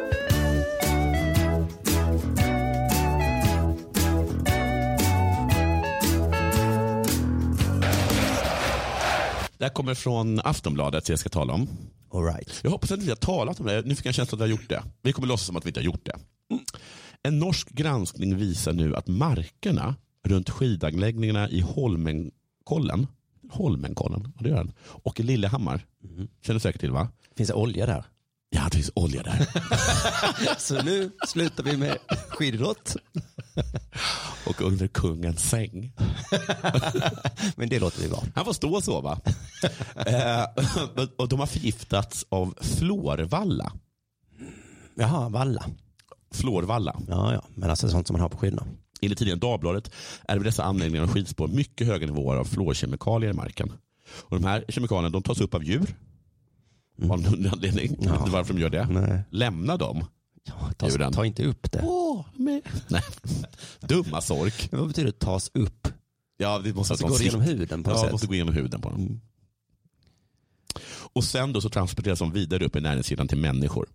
Det här kommer från Aftonbladet, jag ska tala om. All right. Jag hoppas att vi har talat om det. Nu fick jag en känsla att vi har gjort det. Vi kommer låtsas som att vi inte har gjort det. En norsk granskning visar nu att markerna runt skidanläggningarna i Holmenkollen, Holmenkollen, vad det gör den? Och i Lillehammar, Mm. känner du säkert till va? Finns det olja där? Ja, det finns olja där. Så nu slutar vi med skididrott. Och under kungens säng. Men det låter vi vara. Han får stå och sova. eh, och de har förgiftats av fluorvalla. Jaha, valla. Fluorvalla. Ja, ja. Men alltså sånt som man har på skidorna. Enligt tidningen Dagbladet är vid dessa anläggningar och skidspår mycket höga nivåer av fluorkemikalier i marken. Och de här kemikalierna de tas upp av djur. Mm. Av någon anledning. Ja. Vet du varför de gör det? Nej. Lämna dem. Ja, ta, ta inte upp det. Åh, men... Nej. Dumma sork. Men vad betyder det tas upp? Ja, det måste Alltså att går de det genom sitt- huden på något Ja, sätt? det måste gå igenom huden på dem. Mm. Och sen då så transporteras de vidare upp i näringskedjan till människor.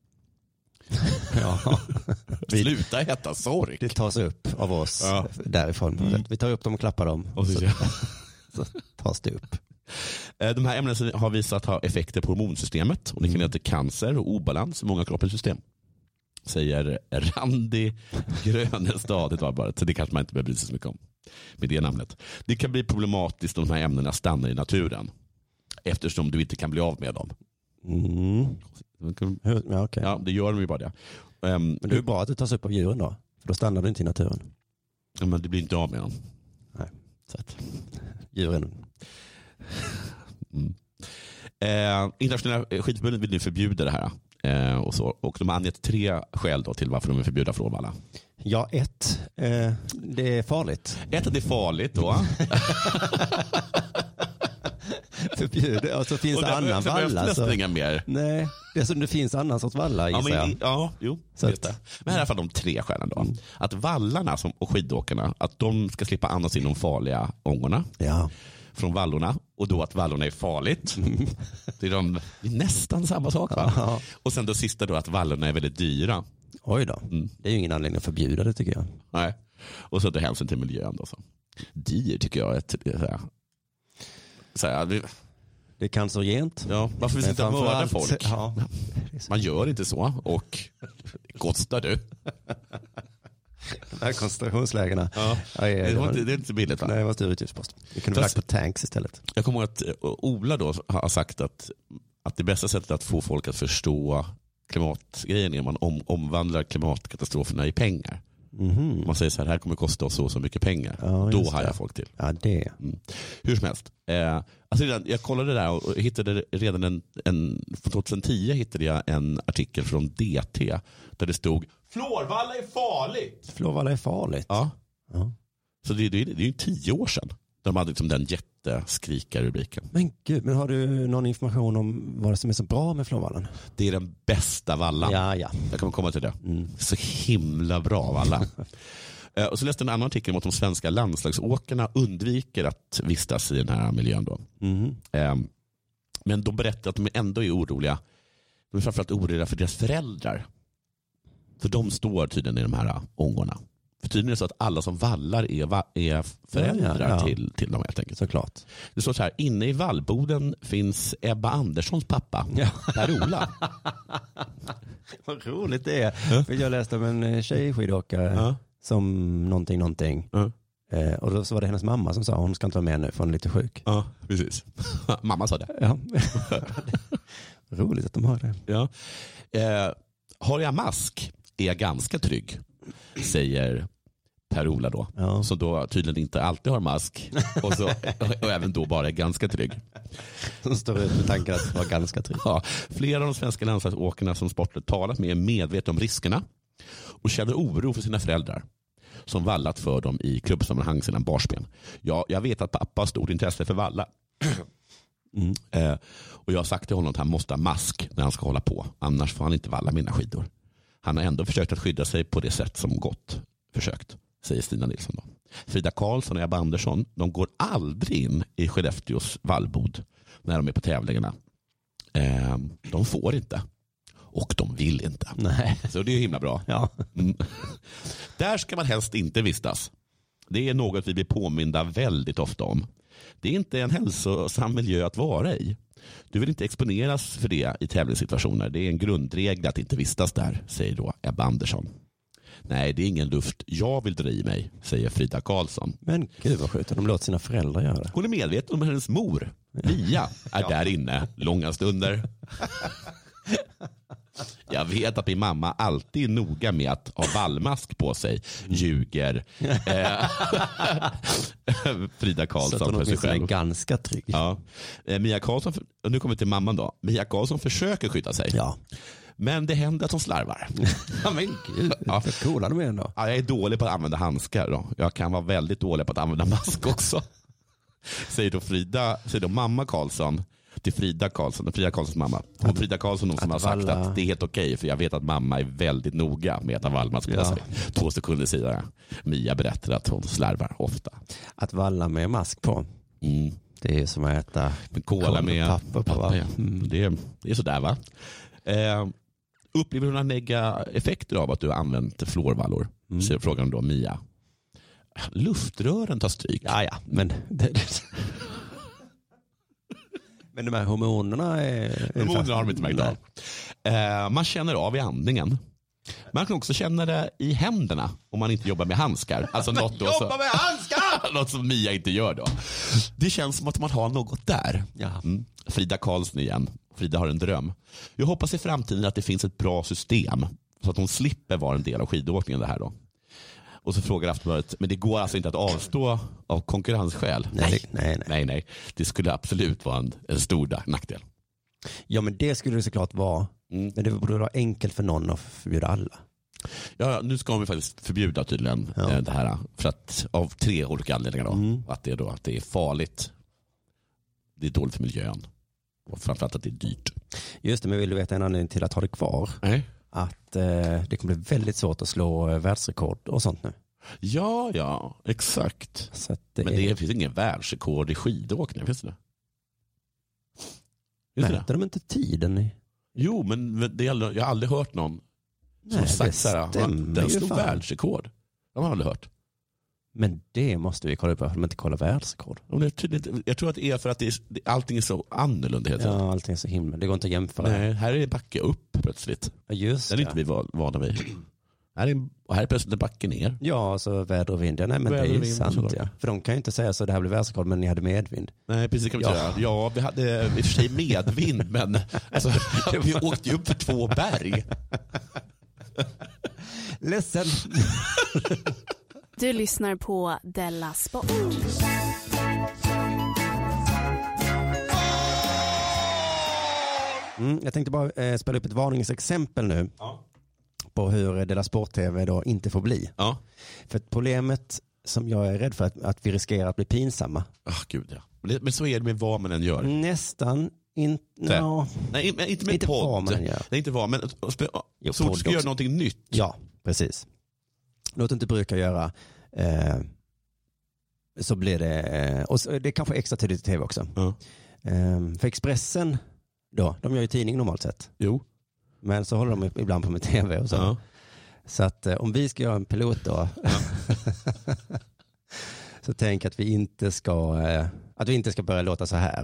Ja. Sluta heta sork. Det tas upp av oss Ja. därifrån. Mm. Vi tar upp dem och klappar dem. Och så, så, ja. så tas det upp. Eh, De här ämnena har visat ha effekter på hormonsystemet och det kan leda till cancer och obalans i många kroppens system. Säger Randi Grönestad, det var bara, så det kanske man inte behöver bry sig så mycket om med det namnet. Det kan bli problematiskt om de här ämnena stannar i naturen eftersom du inte kan bli av med dem. Mm. Ja, okay. Ja, det gör de ju bara det. Um, Men det är bra att det tas upp av djuren då. För då stannar det inte i naturen. Ja, men det blir inte av med dem. Nej. Så att. Djuren. Mm. Eh, internationella skidförbundet vill nu förbjuda det här. Eh, och, så. och de har angett tre skäl då till varför de vill förbjuda fluorvalla. Ja, ett. Eh, det är farligt. Ett, att det är farligt då. Förbjuder. Och så finns och det annan valla. Så... inga mer. Nej, det är som det finns annan sorts valla, Ja, gissar men, jag. ja, jo. Så Just det. Men här är i alla fall de tre skälen då. Mm. Att vallarna som, och skidåkarna, att de ska slippa andas in de farliga ångorna. Ja. Från vallorna. Och då att vallorna är farligt. Det är, de, det är nästan samma sak va? Ja. Och sen då sista då att vallorna är väldigt dyra. Oj då. Mm. Det är ju ingen anledning att förbjuda det tycker jag. Nej. Och så tar hänsyn till miljön då. Så. Dyr tycker jag är ett, så här, så här, det, det är cancerogent. Ja, varför vill vi inte mörda folk? Ja. Man gör inte så och det kostar du. De här koncentrationslägena. Ja. Ja, ja, det, var inte, det är inte så billigt va? Nej, det var större utgiftspost. Vi kunde lagt på tanks istället. Jag kommer ihåg att Ola då har sagt att, att det bästa sättet att få folk att förstå klimatgrejen är att man om, omvandlar klimatkatastroferna i pengar. Mm-hmm. Man säger så här, här kommer kosta oss så, så mycket pengar. Ja, då har jag folk till. Ja, det. Mm. Hur som helst. Eh, alltså redan, jag kollade där och hittade redan en, en från tjugohundratio hittade jag en artikel från D T där det stod fluorvalla är farligt. Fluorvalla är farligt? Ja. Ja. Så det, det, det är ju tio år sedan. De hade liksom den jätteskrika-rubriken. Men gud, men har du någon information om vad som är så bra med fluorvallan? Det är den bästa vallan. Ja, ja. Jag kommer komma till det. Mm. Så himla bra valla. Och så läste jag en annan artikel om att de svenska landslagsåkarna undviker att vistas i den här miljön. Då. Mm. Men de berättar att de ändå är oroliga De är framförallt oroliga för deras föräldrar. För de står tydligen i de här ångorna. För tydligen är det så att alla som vallar är, va- är föräldrar ja, ja. Till, till dem helt enkelt. Såklart. Det står så här, inne i vallboden finns Ebba Anderssons pappa, ja. Per-Ola. Vad roligt det är. Ja. För jag läste om en tjejskidåkare ja. som någonting, någonting. Ja. Eh, och då så var det hennes mamma som sa hon ska inte vara med nu för hon är lite sjuk. Ja, precis. Mamma sa det. Ja. Roligt att de har det. Ja. Eh, har jag mask är jag ganska trygg, säger Per-Ola då. Ja. Som då tydligen inte alltid har mask och, så, och även då bara är ganska trygg. Som står ut med tanken att vara ganska trygg. Ja. Flera av de svenska landslagsåkarna som sporten talat med är medvetna om riskerna och känner oro för sina föräldrar som vallat för dem i klubbsammanhang sedan barnsben. Ja, jag vet att pappa har stort intresse för valla. Mm. Eh, och jag har sagt till honom att han måste ha mask när han ska hålla på. Annars får han inte valla mina skidor. Han har ändå försökt att skydda sig på det sätt som gått försökt, säger Stina Nilsson då. Frida Karlsson och Ebba Andersson, de går aldrig in i Skellefteås vallbod när de är på tävlingarna. Eh, de får inte. Och de vill inte. Nej. Så det är himla bra. Ja. Mm. Där ska man helst inte vistas. Det är något vi blir påminda väldigt ofta om. Det är inte en hälsosam miljö att vara i. Du vill inte exponeras för det i tävlingssituationer. Det är en grundregel att inte vistas där, säger då Ebba Andersson. Nej, det är ingen luft jag vill dra i mig, säger Frida Karlsson. Men gud vad skönt, de låter sina föräldrar göra det. Hon är medveten om hennes mor, Mia, är ja. där inne långa stunder. Jag vet att min mamma alltid är noga med att ha vallmask på sig. Ljuger Frida Karlsson så att för sig själv. Är ganska trygg. Ja. Mia Karlsson, nu kommer vi till mamman då. Mia Karlsson försöker skydda sig. Ja. Men det händer att hon slarvar. Ja men gud, ja. För coola de är ändå. Ja, jag är dålig på att använda handskar då. Jag kan vara väldigt dålig på att använda mask också. Säger då Frida, säger då mamma Karlsson till Frida Karlsson, Frida Karlssons mamma. Och Frida Karlsson som har sagt valla... att det är helt okej för jag vet att mamma är väldigt noga med att ha vallmask på ja. sig. Två sekunder senare. Mia berättar att hon slarvar ofta. Att valla med mask på. Mm. Det är som att äta kola med papper på. Papper, ja. mm. det, är, det är sådär va. Eh, upplever du några negativa effekter av att du har använt fluorvallor? Mm. Så frågan då Mia. Luftrören tar stryk. Ja ja, men det, det. Men de här hormonerna är... Hormonerna har de inte märkt av. Eh, man känner av i andningen. Man kan också känna det i händerna om man inte jobbar med handskar. Alltså något då jobba med handskar! Något som Mia inte gör då. Det känns som att man har något där. Ja. Mm. Frida Karlsson igen. Frida har en dröm. Jag hoppas i framtiden att det finns ett bra system så att hon slipper vara en del av skidåkningen det här då. Och så frågar Aftonbladet, men det går alltså inte att avstå av konkurrensskäl? Nej, nej, nej. nej, nej. Det skulle absolut vara en, en stor nackdel. Ja, men det skulle det såklart vara. Mm. Men det borde vara enkelt för någon att förbjuda alla. Ja, nu ska vi faktiskt förbjuda tydligen ja. det här. För att, av tre olika anledningar då. Mm. Att, det är då. Att det är farligt, det är dåligt för miljön och framförallt att det är dyrt. Just det, men vill du veta en anledning till att ha det kvar? Nej. Att eh, det kommer bli väldigt svårt att slå eh, världsrekord och sånt nu. Ja, ja, exakt. Så att det men är... det finns ingen världsrekord i skidåkning, finns det? Mäter de inte tiden? I... Jo, men det är aldrig, jag har aldrig hört någon som Nej, sagt så här, den slog världsrekord. Jag har aldrig hört. Men det måste vi kolla upp, för de inte kollar världsrekord. Jag tror att det är för att det är, allting är så annorlunda. Heter ja, allting är så himla. Det går inte att jämföra. Nej, här är det backe upp plötsligt. Ja, just det. är inte vi vana vid. Här är, och här är plötsligt en backe ner. Ja, så väder och vind. Ja, nej, men väder det är ju sant. Ja. För de kan ju inte säga så det här blir världsrekord, men ni hade medvind. Nej, precis kan man ja. säga. Ja, vi hade i och för sig medvind, men alltså, vi åkte ju upp för två berg. Ledsen. Du lyssnar på Della Sport. Mm, jag tänkte bara eh, spela upp ett varningsexempel nu ja. på hur Della Sport-T V då inte får bli. Ja. För problemet som jag är rädd för att, att vi riskerar att bli pinsamma. Oh, gud, ja. Men så är det med vad man än gör. Nästan. In, no. Nej, inte med inte podd. Man gör. Nej, inte vad, men jo, så fort ska göra någonting nytt. Ja, precis. Något inte brukar göra eh, så blir det eh, och så, det är kanske extra tydligt i tv också. Mm. Eh, för Expressen då, de gör ju tidning normalt sett. Jo. Men så håller de ibland på med tv och så. Ja. Så att eh, om vi ska göra en pilot då ja. så tänk att vi inte ska eh, att vi inte ska börja låta så här.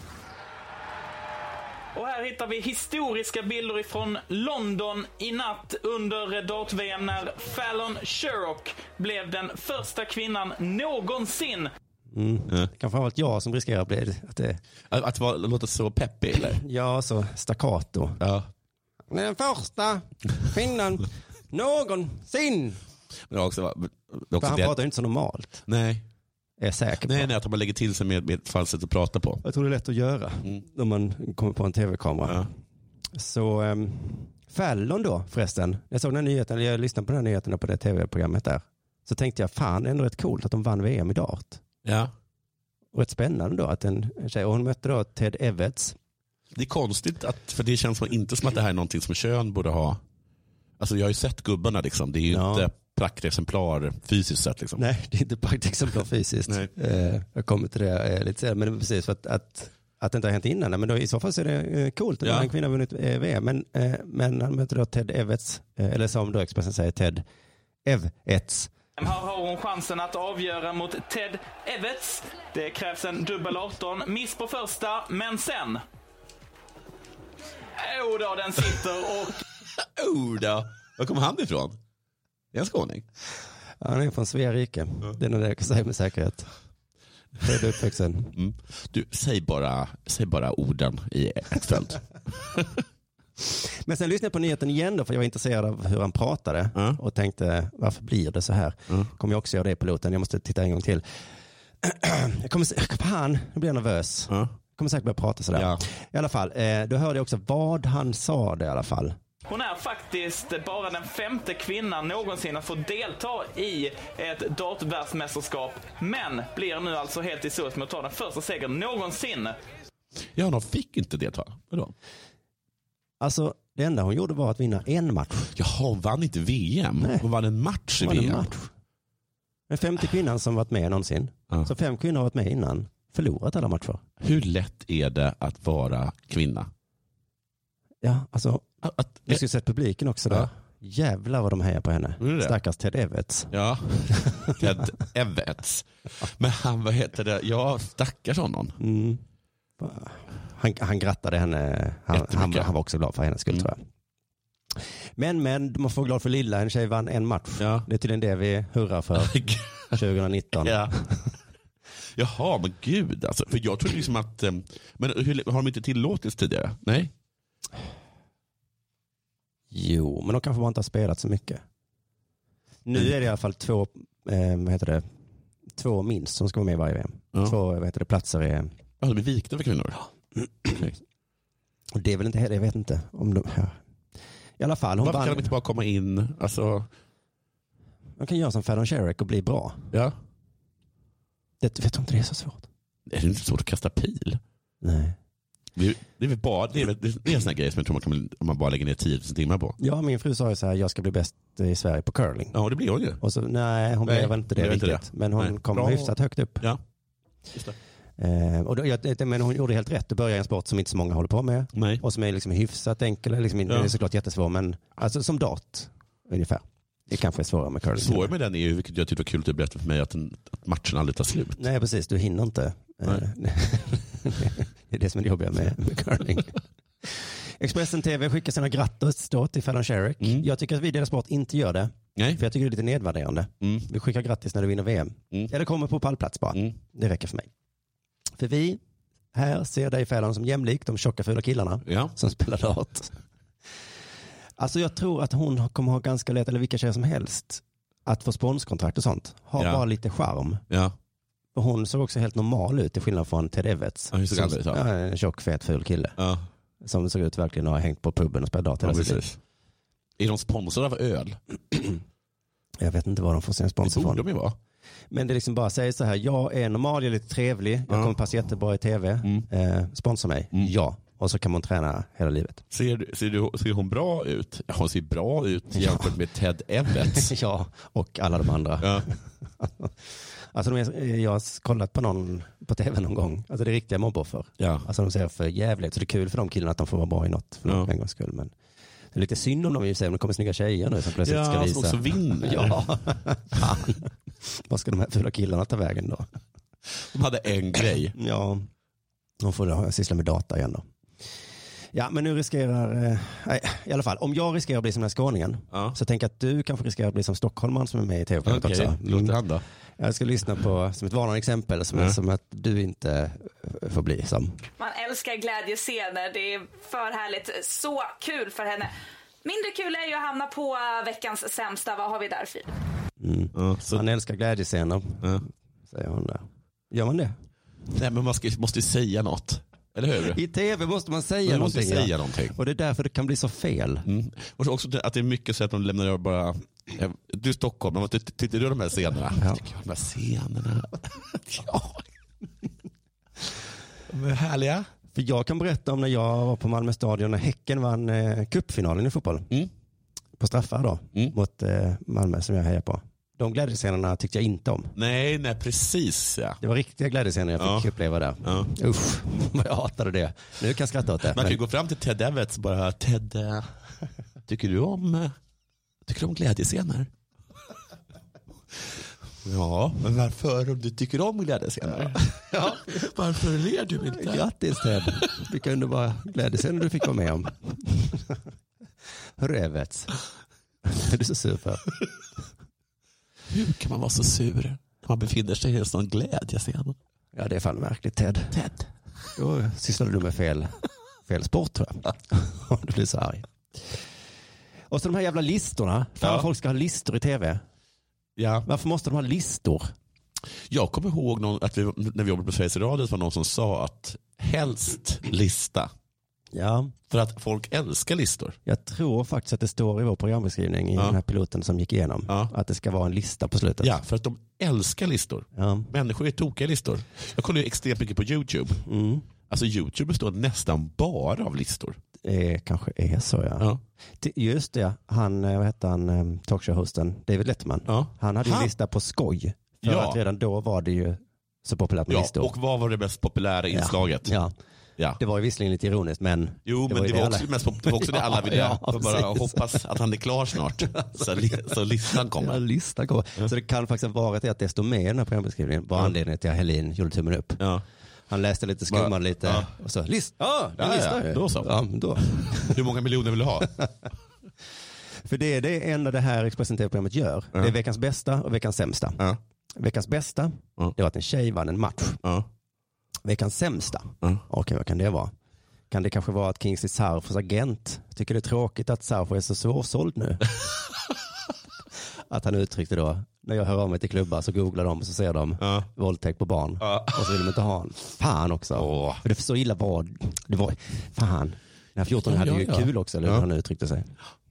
Och här hittar vi historiska bilder ifrån London i natt under dart-V M när Fallon Sherrock blev den första kvinnan någonsin. Mm. Ja. Det kan framförallt jag som riskerar att bli att det att, att vara, låta så peppig eller? Ja, så staccato. Ja. Den första kvinnan någonsin. Men också, det också han det... pratar ju inte så normalt. Nej. Är jag säker på. Nej, nej, att man lägger till sig med, med ett falskt att prata på. Jag tror det är lätt att göra mm. när man kommer på en tv-kamera. Ja. Så um, Fallon då förresten. Jag såg den här nyheten, eller jag lyssnade på den här nyheten på det tv-programmet där. Så tänkte jag, fan, det är ändå rätt coolt att de vann V M i dart. Ja. Och rätt spännande då att en tjej, och hon mötte då Ted Evans. Det är konstigt, att, för det känns som, inte som att det här är någonting som kön borde ha. Alltså jag har ju sett gubbarna liksom, det är ju ja. inte praktexemplar fysiskt sett liksom. Nej, det är inte praktexemplar fysiskt. eh, jag kommer till det eh, lite senare, men precis för att, att, att det inte har hänt innan. Men då, i så fall så är det eh, coolt att ja. en kvinna har vunnit eh, V M. Men, eh, men han möter då Ted Evans, eh, eller som då Expressen säger, Ted Evans. Här har hon chansen att avgöra mot Ted Evans. Det krävs en dubbel arton. Miss på första, men sen... Oh då, den sitter och... oh då. Var kommer han ifrån? Är han skåning? Ja, han är från Sverige. Mm. Det är nog det jag kan säga med säkerhet. Det är uppväxten. Mm. Du, säg bara, säg bara orden i ett fält. Men sen lyssnade jag på nyheten igen då, för jag var intresserad av hur han pratade mm. och tänkte, varför blir det så här? Mm. Kommer jag också göra det i piloten? Jag måste titta en gång till. jag kommer, fan, nu blir jag nervös. Mm. Jag kommer säkert börja prata sådär. Ja. I alla fall, eh, då hörde jag också vad han sa det i alla fall. Hon är faktiskt bara den femte kvinnan någonsin att få delta i ett dartvärldsmästerskap, men blir nu alltså helt i sås med att ta den första segern någonsin. Ja, de fick inte delta. Vadå? Alltså, det enda hon gjorde var att vinna en match. Jaha, hon vann inte V M. Nej. Hon vann en match i V M. Match. Den femte kvinnan som varit med någonsin. Ja. Så fem kvinnor har varit med innan. Förlorat alla matcher. Hur lätt är det att vara kvinna? Ja, alltså... Att, jag skulle sett publiken också där. Ja. Jävlar vad de hejar på henne. Mm, stackars Ted Evans. Ja, Ted Evans. Men han, vad heter det? Ja, stackars honom. Mm. Han, han grattade henne. Han, han, han var också glad för hennes skull, mm. tror jag. Men, men man får glad för lilla. En tjej vann en match. Ja. Det är tydligen det vi hurrar för tjugonitton. Ja. Jaha, men gud. Alltså, för jag trodde liksom att... Men hur, har de inte tillåtits tidigare? Nej. Jo, men de kanske bara inte har spelat så mycket. Nu är det i alla fall två, eh, vad heter det, två minst som ska vara med i varje V M. Ja. Två, vad heter det, platser i... Ja, de är vikta för kvinnor. Och det är väl inte heller, jag vet inte om de... Ja. I alla fall, hon Varför vann... kan de inte bara komma in, alltså... Man kan göra som Fallon Sherrock och bli bra. Ja. Det vet du inte, det är så svårt. Det är inte svårt att kasta pil. Nej. Det är väl bara, det är, det är en sån här grej som jag tror man kan, om man bara lägger ner tio tusen timmar på. Ja, min fru sa ju så här, jag ska bli bäst i Sverige på curling. Ja, det blir hon ju. Och så, nej, hon blev inte det riktigt. Det. Men hon nej. kom bra. hyfsat högt upp. Ja, just det. Eh, och då, jag, men hon gjorde helt rätt att börja i en sport som inte så många håller på med. Nej. Och som är liksom hyfsat enkel. Liksom, ja. Det är såklart jättesvår, men alltså som dart ungefär. Det kanske är svårare med curling. Svårare med den är ju, vilket jag tyckte var kul att du berättade för mig, att, den, att matchen aldrig tar slut. Nej, precis. Du hinner inte. Det är det som är det jobbiga med, med curling. Expressen T V skickar sina grattis då till Fallon Sherrock. Mm. Jag tycker att vi delar sport inte gör det. Nej. För jag tycker det är lite nedvärderande. Mm. Vi skickar grattis när du vinner V M. Mm. Eller kommer på pallplats bara. Mm. Det räcker för mig. För vi här ser dig Fallon som jämlik de tjocka fula killarna ja. som spelar dart. Alltså jag tror att hon kommer ha ganska lätt, eller vilka tjejer som helst, att få sponskontrakt och sånt. Ha ja. bara lite charm. Ja. Och hon såg också helt normal ut till skillnad från Ted Evans. Ja, som, aldrig, ja, en tjock, fet, ful kille. Ja. Som såg ut verkligen att ha hängt på puben och spelat data. Ja, precis. Är de sponsrade av öl? Jag vet inte vad de får sin sponsor från. Det borde de ju vara. Men det liksom bara säger så här, jag är normal, jag är lite trevlig, jag kommer passa jättebra i tv, mm. eh, sponsra mig, mm. ja. Och så kan man träna hela livet. Ser, ser, du, ser hon bra ut? Hon ser bra ut jämfört ja. med Ted Evans. Ja, och alla de andra. Ja. Alltså de är, jag har kollat på någon på tv någon gång. Alltså det är riktiga mobboffer. Ja. Alltså de ser för jävligt. Så det är kul för de killarna att de får vara bra i något för ja. en gångs skull. Men Det är lite synd om dem i sig, men det kommer snygga tjejer nu som plötsligt ja, ska visa. Ja, som också vinner. Ja, fan. Vad ska de här fula killarna ta vägen då? De hade en grej. Ja, de får då syssla med data igen då. Ja, men nu riskerar, eh, i alla fall, om jag riskerar att bli som den här skåningen, ja. så tänker jag att du kanske riskerar att bli som stockholmaren som är med i tv-programmet okay. också. Låter han då? Jag ska lyssna på, som ett varnande exempel, som, ja. som att du inte får bli som. Man älskar glädjescener, det är för härligt, så kul för henne. Mindre kul är ju att hamna på veckans sämsta, vad har vi där, Filip? Mm. Ja, så... Han älskar glädjescener, ja. säger hon där. Gör man det? Nej, men man ska, måste ju säga något. Eller hur? I tv måste man säga, man någonting, måste säga ja. någonting. Och det är därför det kan bli så fel. Mm. Och också att det är mycket så att de lämnar bara... Du är Stockholm, men tyckte du de här scenerna? Ja. Jag tycker de här scenerna. ja. De är härliga. För jag kan berätta om när jag var på Malmö stadion när Häcken vann eh, cupfinalen i fotboll. Mm. På straffar då. Mm. Mot eh, Malmö som jag hejar på. De glädjescenerna tyckte jag inte om. Nej, nej, precis. Ja. Det var riktiga glädjescener jag fick ja. uppleva där. Ja. Usch, vad jag hatade det. Nu kan jag skratta åt det. Man kan men... ju gå fram till Ted Evans och bara, Ted, tycker du om, tycker du om glädjescener? Ja, men varför om du tycker om glädjescener? Ja. Varför ler du inte? Grattis Ted. Vilka underbara glädjescener du fick vara med om. Hörru Evans. Är du så sur för? Hur kan man vara så sur när man befinner sig i en sån glädjescen? Ja, det är fan märkligt, Ted. Ted. Då sysslar du med fel, fel sport, tror jag. Om du blir så arg. Och så de här jävla listorna. Fan, ja. folk ska ha listor i tv. Ja. Varför måste de ha listor? Jag kommer ihåg någon, att vi, när vi jobbade på Sveriges Radio, så var någon som sa att helst lista. Ja. För att folk älskar listor. Jag tror faktiskt att det står i vår programbeskrivning i ja. den här piloten som gick igenom. Ja. Att det ska vara en lista på slutet. Ja, för att de älskar listor. Ja. Människor är tokiga listor. Jag kollar ju extremt mycket på YouTube. Mm. Alltså YouTube består nästan bara av listor. Det kanske är så, ja. ja. Just det, han, vad hette han, talkshow-hosten David Letterman. Ja. Han hade ju en lista på skoj. För ja. att redan då var det ju så populärt med ja, listor. Och vad var det mest populära inslaget? Ja. ja. Ja. Det var ju visserligen lite ironiskt, men... Jo, det men var det var, alla... också mest, det var också det alla ville. ja, ja, bara hoppas att han är klar snart. Så, li, så listan kommer. Ja, listan kommer. Ja. Så det kan faktiskt ha varit att det stod med i den här programbeskrivningen var ja. anledningen till att Helin gjorde tummen upp. Ja. Han läste lite, skummade bara, lite ja. och så, list, ah, ja, lista. Ja, då så. Ja, då. Hur många miljoner vill du ha? För det är det enda det här Expressen T V-programmet gör. Ja. Det är veckans bästa och veckans sämsta. Ja. Veckans bästa, ja. det var att en tjej vann en match. Ja. Veckans sämsta, ja. okej, okay, vad kan det vara? Kan det kanske vara att Kingsley Sarfors agent tycker det är tråkigt att Sarfors är så svårsåld nu? Att han uttryckte då, när jag hör av mig till klubbar så googlar de och så ser de ja. våldtäkt på barn. Ja. Och så vill de inte ha en. Fan också. Oh. För det för så illa var det. Var, fan. Den här fjorton hade ja, ju ja. kul också, eller hur ja. han uttryckte sig.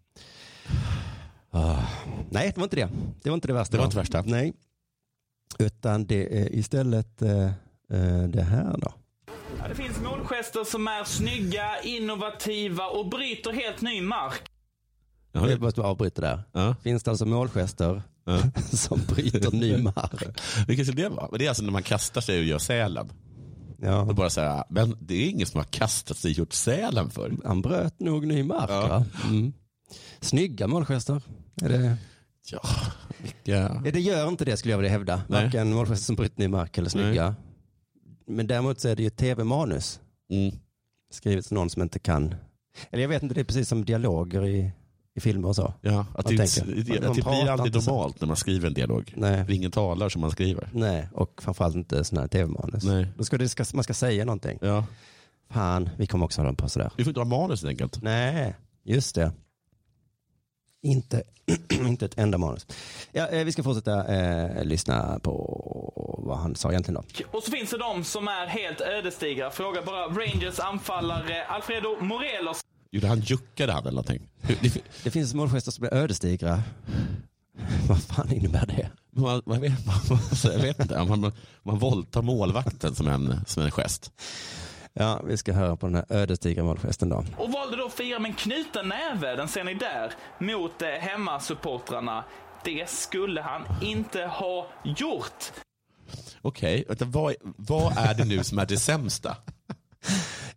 Uh. Nej, det var inte det. Det var inte det värsta. Det var inte värsta. Nej. Utan det är istället uh, uh, det här då. Ja, det finns målgester som är snygga, innovativa och bryter helt ny mark. Ja, jag måste avbryta där. Ja. Finns det alltså målgester ja. som bryter ny mark? Vilket är det var? Det är alltså när man kastar sig och gör sälen. Ja. Och bara säga, men det är ingen som har kastat sig och gjort sälen för. Han bröt nog ny mark. Ja. Mm. Snygga målgester. Är det... Ja. Vilka... Det gör inte det, skulle jag vilja hävda. Nej. Varken målgester som bryter ny mark eller snygga. Nej. Men däremot så är det ju tv-manus. Mm. Skrivet av någon som inte kan. Eller jag vet inte, det är precis som dialoger i, i filmer och så. Ja, att det, tänker, det, det, att det blir aldrig normalt när man skriver en dialog. Nej. Ingen talar som man skriver. Nej, och framförallt inte sådana här tv-manus. Nej. Då ska det, ska, man ska säga någonting. Ja. Fan, vi kommer också ha dem på sådär. Vi får inte ha manus enkelt. Nej, just det. Inte, inte ett enda manus. Ja, eh, vi ska fortsätta eh, lyssna på vad han sa egentligen då. Och så finns det de som är helt ödesdigra. Fråga bara Rangers anfallare Alfredo Morelos. Gjorde han juckade han eller någonting? Det finns målgester som är ödesdigra. Vad fan innebär det? Man, man vet, man, jag vet inte. Man, man voltar målvakten som en, som en gest. Ja, vi ska höra på den här ödesdigra målgesten då. Och valde då att fira med en knuten näve, den ser ni där, mot eh, hemmasupportrarna. Det skulle han inte ha gjort. Okej, okay, vad, vad är det nu som är det sämsta?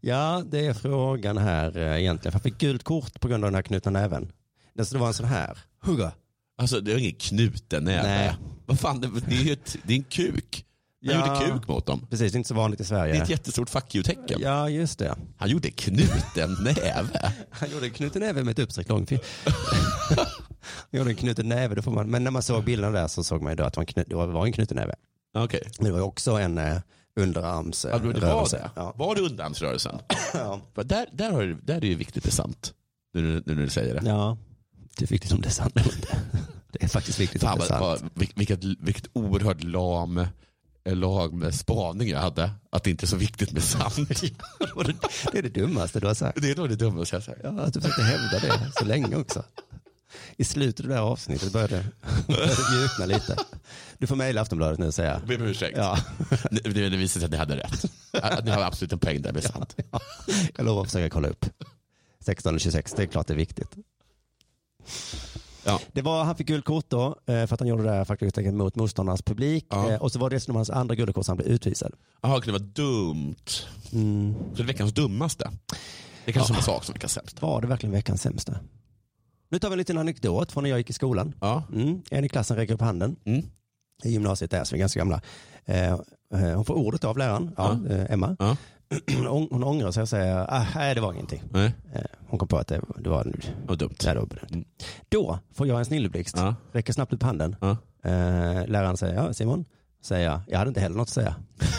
Ja, det är frågan här eh, egentligen. Jag fick gult kort på grund av den här knutna näven. Det var en sån här. Hugga. Alltså det är ingen knuten näve. Nej. Vad fan, det, det är ju ett, det är en kuk. Han Ja. gjorde kuk mot dem. Precis, det är inte så vanligt i Sverige. Det är ett jättestort fuck you-tecken. Ja, just det. Han gjorde knuten näve. Han gjorde en knuten näve med ett uppsträckt långfilm. Han gjorde en knuten näve, då får man, men när man såg bilden där så såg man ju då att det var en, knut, det var en knuten näve. Okej. Men det var ju också en eh, underarmsrörelse. Ja, det var, Ja. var det underarmsrörelsen? Ja. För där, där, har du, där är det ju viktigt det är sant. Nu, nu, nu när du säger det. Ja, det är viktigt om det är sant eller inte. Det är faktiskt viktigt Fan, om det är sant. vad, vilket, vilket oerhört lam lag med spaning jag hade. Att det inte är så viktigt med sant. Det är det dummaste du har sagt. Det är nog det dummaste jag har sagt. Ja, att du försökte hävda det så länge också. I slutet av det här avsnittet började det mjukna lite. Du får mejla Aftonbladet nu och säga. Be om ursäkt. Ja. Det, det visade sig att ni hade rätt. Att ni har absolut en poäng där, det är sant. Ja. Jag lovar att försöka kolla upp. sexton tjugosex, det är klart det är viktigt. Ja. Det var, han fick guldkort då för att han gjorde det där faktiskt mot motståndarnas publik. Ja. Och så var det som hans andra guldkort så han blev utvisad. Jaha, det var dumt. Mm. Så det är veckans dummaste. Det är kanske ja. Samma sak som veckans sämsta. Var det verkligen veckans sämsta? Nu tar vi en liten anekdot från när jag gick i skolan. Ja. Mm. En i klassen räcker upp handen. Mm. I gymnasiet där, så vi är ganska gamla. Eh, hon får ordet av läraren, ja. Ja, eh, Emma. Ja. Hon, hon ångrar sig och säger, ah, nej det var ingenting. Nej. Eh, hon kom på att det, det var och dumt. Det var mm. Då får jag en snilleblixt, ja. Räcker snabbt upp handen. Ja. Eh, läraren säger, ja Simon, säger jag, jag hade inte heller något att säga.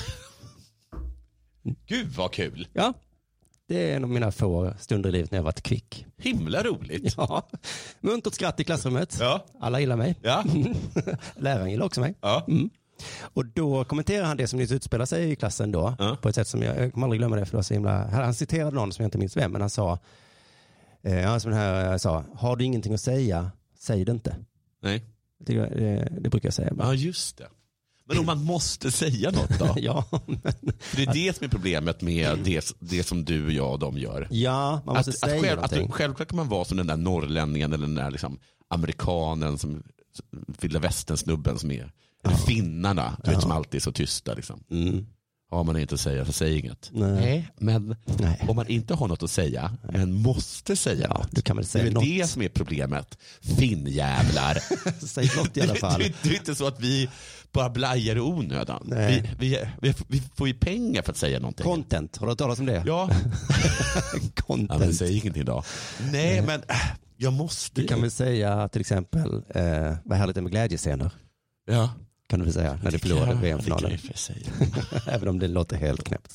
Gud vad kul. Ja. Det är en av mina få stunder i livet när jag varit kvick. Himla roligt. Ja. Muntert skratt i klassrummet. Ja. Alla gillar mig. Ja. Läraren gillar också mig. Ja. Mm. Och då kommenterar han det som nyss utspelar sig i klassen då. Ja. På ett sätt som jag, jag kommer aldrig glömma det för det var så himla... Han citerade någon som jag inte minns vem, men han sa... Eh, ja, som den här sa, har du ingenting att säga, säg det inte. Nej. Det, det, det brukar jag säga. Ja, just det. Men om man måste säga något då? Ja. Men... För det är det som är problemet med det, det som du, jag och de gör. Ja, man måste att, säga att själv, någonting. att, självklart kan man vara som den där norrlänningen eller den där liksom, amerikanen, som vilda västern-snubben som är. Ja. Eller finnarna, du vet, ja. Som alltid är så tysta. Liksom. Mm. Har man inte att säga så säg inget. Nej. Nej, men Nej. Om man inte har något att säga, men måste säga ja, något. Du kan väl säga det är något. det som är problemet. Finnjävlar. Säg något i alla fall. Det, det, det är inte så att vi bara blajar i onödan. Vi, vi, vi, vi får ju pengar för att säga någonting. Content, har du hört talas om det? Ja. Content. Ja, men säg ingenting idag. Nej, men jag måste. Du kan väl säga till exempel, eh, vad härligt det med glädjescener. Ja. Kan du väl säga, när du förlorade V M-finalen. Även om det låter helt knäppt.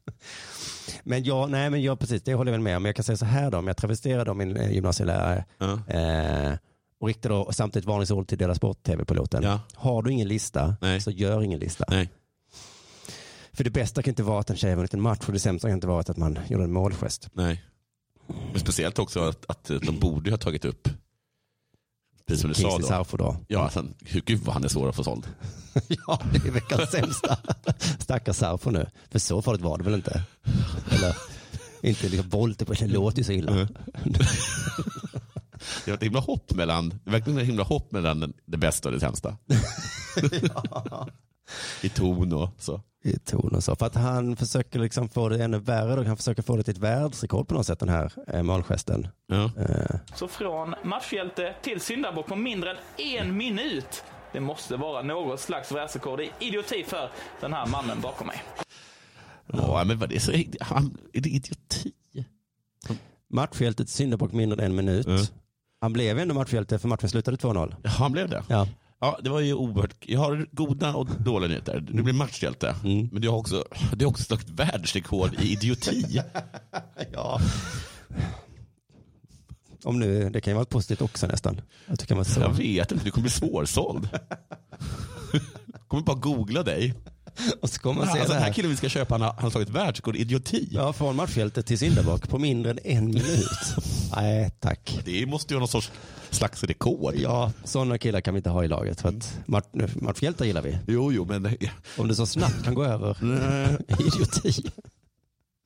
Men jag, nej men jag precis, det håller jag väl med om. Men jag kan säga så här då, om jag travesterar då min eh, gymnasielärare ja. eh, och riktar då samtidigt varningsord till Dela Sport-tv-piloten. Ja. Har du ingen lista, nej. Så gör ingen lista. Nej. För det bästa kan inte vara att en tjej har vunnit en match och det sämsta kan inte vara att man gjorde en målgest. Nej. Men speciellt också att, att de borde ha tagit upp, precis som du sa då. Sarfo då. Ja, sen, gud vad han är svår att få såld. Ja, det är veckans sämsta. Stackars Sarfo nu. För så farligt var det väl inte? Eller inte liksom våld på, det låter ju så illa. Mm. Det var ett himla hopp mellan, verkligen ett himla hopp mellan det bästa och det sämsta. Ja. I ton och så. I ton och så. För att han försöker liksom få det ännu värre. Och han försöker få det till ett världsrekord på något sätt, den här eh, målgesten. Ja. Eh. Så från matchhjälte till syndabock på mindre än en minut. Det måste vara något slags världsrekord i idioti för den här mannen bakom mig. Ja, men vad det är så han, är det idioti? Matchhjältet syndabock mindre än en minut. Mm. Han blev ändå matchhjälte för matchen slutade två noll. Ja, han blev det. Ja. Ja, det var ju oerhört. Jag har goda och dåliga nyheter. Du blir matchhjälte. Mm. Men du har också, du har också slagit världsrekord i idioti. Ja. Om nu, det kan ju vara positivt också nästan. Jag, tycker man så. Jag vet inte, du kommer bli svårsåld. Du kommer bara googla dig. Och så kommer man se alltså, det här. Den här killen vi ska köpa, han har, han har slagit världsrekord i idioti. Ja, från matchhjälte till syndabock på mindre än en minut. Nej, tack. Det måste ju vara någon sorts slags rekord. Ja, sådana killar kan vi inte ha i laget. För att mat- matchhjältar gillar vi. Jo, jo, men... Om det så snabbt kan gå över idioti.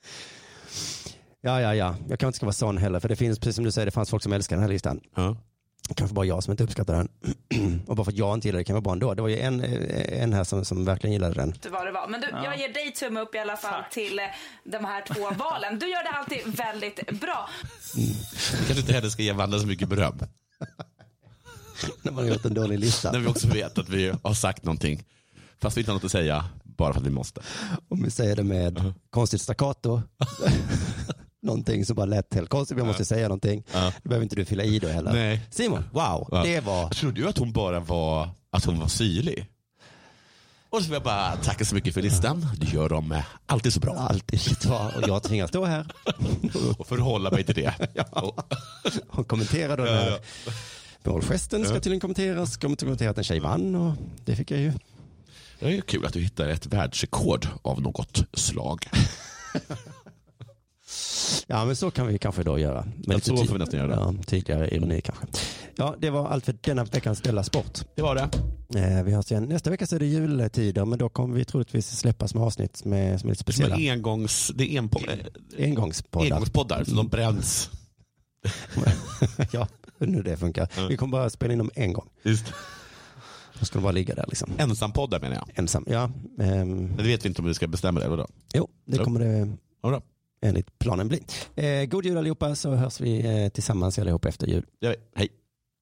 Ja, ja, ja. Jag kan inte ska vara sån heller. För det finns, precis som du säger, det fanns folk som älskar den här listan. Ja. Kanske bara jag som inte uppskattar den. Och bara för att jag inte gillar det kan vara bra ändå. Det var ju en, en här som, som verkligen gillade den. Det var det var. Men du, Ja. jag ger dig tumme upp i alla fall till eh, de här två valen. Du gör det alltid väldigt bra. Mm. Kanske inte heller ska ge Wanda så mycket beröm. När man har gjort en dålig lista. När vi också vet att vi har sagt någonting. Fast vi inte har något att säga. Bara för att vi måste. Om vi säger det med uh-huh. konstigt staccato. Någonting som bara lät helt konstigt. Jag måste uh-huh. säga någonting. Uh-huh. Det behöver inte du fylla i då heller. Nej. Simon, wow. Uh-huh. Det var... Jag trodde ju att hon bara var att hon var syrlig. Och så vill jag bara tacka så mycket för listan. Du gör dem alltid så bra. Alltid så bra. Och jag tvingas stå här. Och förhålla mig till det. Ja. Och kommentera då när uh-huh. målgesten ska tydligen kommenteras. Ska kommentera att en tjej vann och det fick jag ju. Det är ju kul att du hittar ett världsrekord av något slag. Ja, men så kan vi kanske då göra. Men ja, så får vi nästan göra. Ja, tydligare ironi kanske. Ja, det var allt för denna veckans Della Sport. Det var det. Eh, vi har sen, nästa vecka så är det juletider, men då kommer vi troligtvis släppa små avsnitt med, som är lite speciella. Som är engångs, det är en, engångspoddar. Engångspoddar, så de bränns. Ja, hur det funkar. Mm. Vi kommer bara spela in dem en gång. Just. Då ska de bara ligga där liksom. Ensampoddar menar jag. Ensam, ja. Um, Men det vet vi inte om vi ska bestämma det, eller då? Jo, det så. kommer det ja, enligt planen bli. Eh, god jul allihopa, så hörs vi eh, tillsammans allihop efter jul. Ja, hej.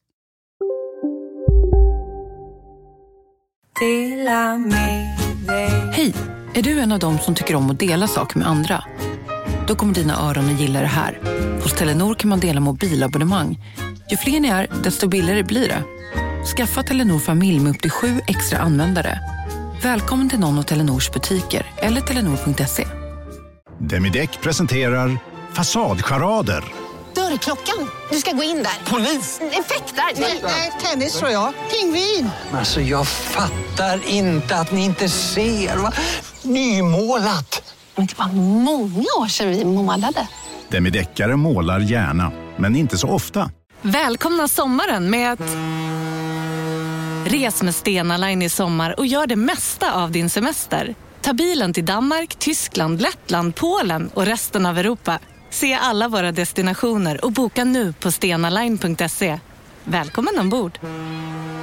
Hej, är du en av dem som tycker om att dela saker med andra? Då kommer dina öron att gilla det här. Hos Telenor kan man dela mobilabonnemang. Ju fler ni är, desto billigare blir det. Skaffa Telenor familj med upp till sju extra användare. Välkommen till någon av Telenors butiker eller telenor punkt se. Demideck presenterar Fasadcharader. Dörrklockan, du ska gå in där. Polis? Effektar? Nej, tennis tror jag. Pingvin. Alltså jag fattar inte att ni inte ser. Va? Nymålat. Men det var många år sedan vi målade. Demideckare målar gärna, men inte så ofta. Välkomna sommaren med att... Res med Stena Line i sommar och gör det mesta av din semester. Ta bilen till Danmark, Tyskland, Lettland, Polen och resten av Europa. Se alla våra destinationer och boka nu på stena line punkt se. Välkommen ombord!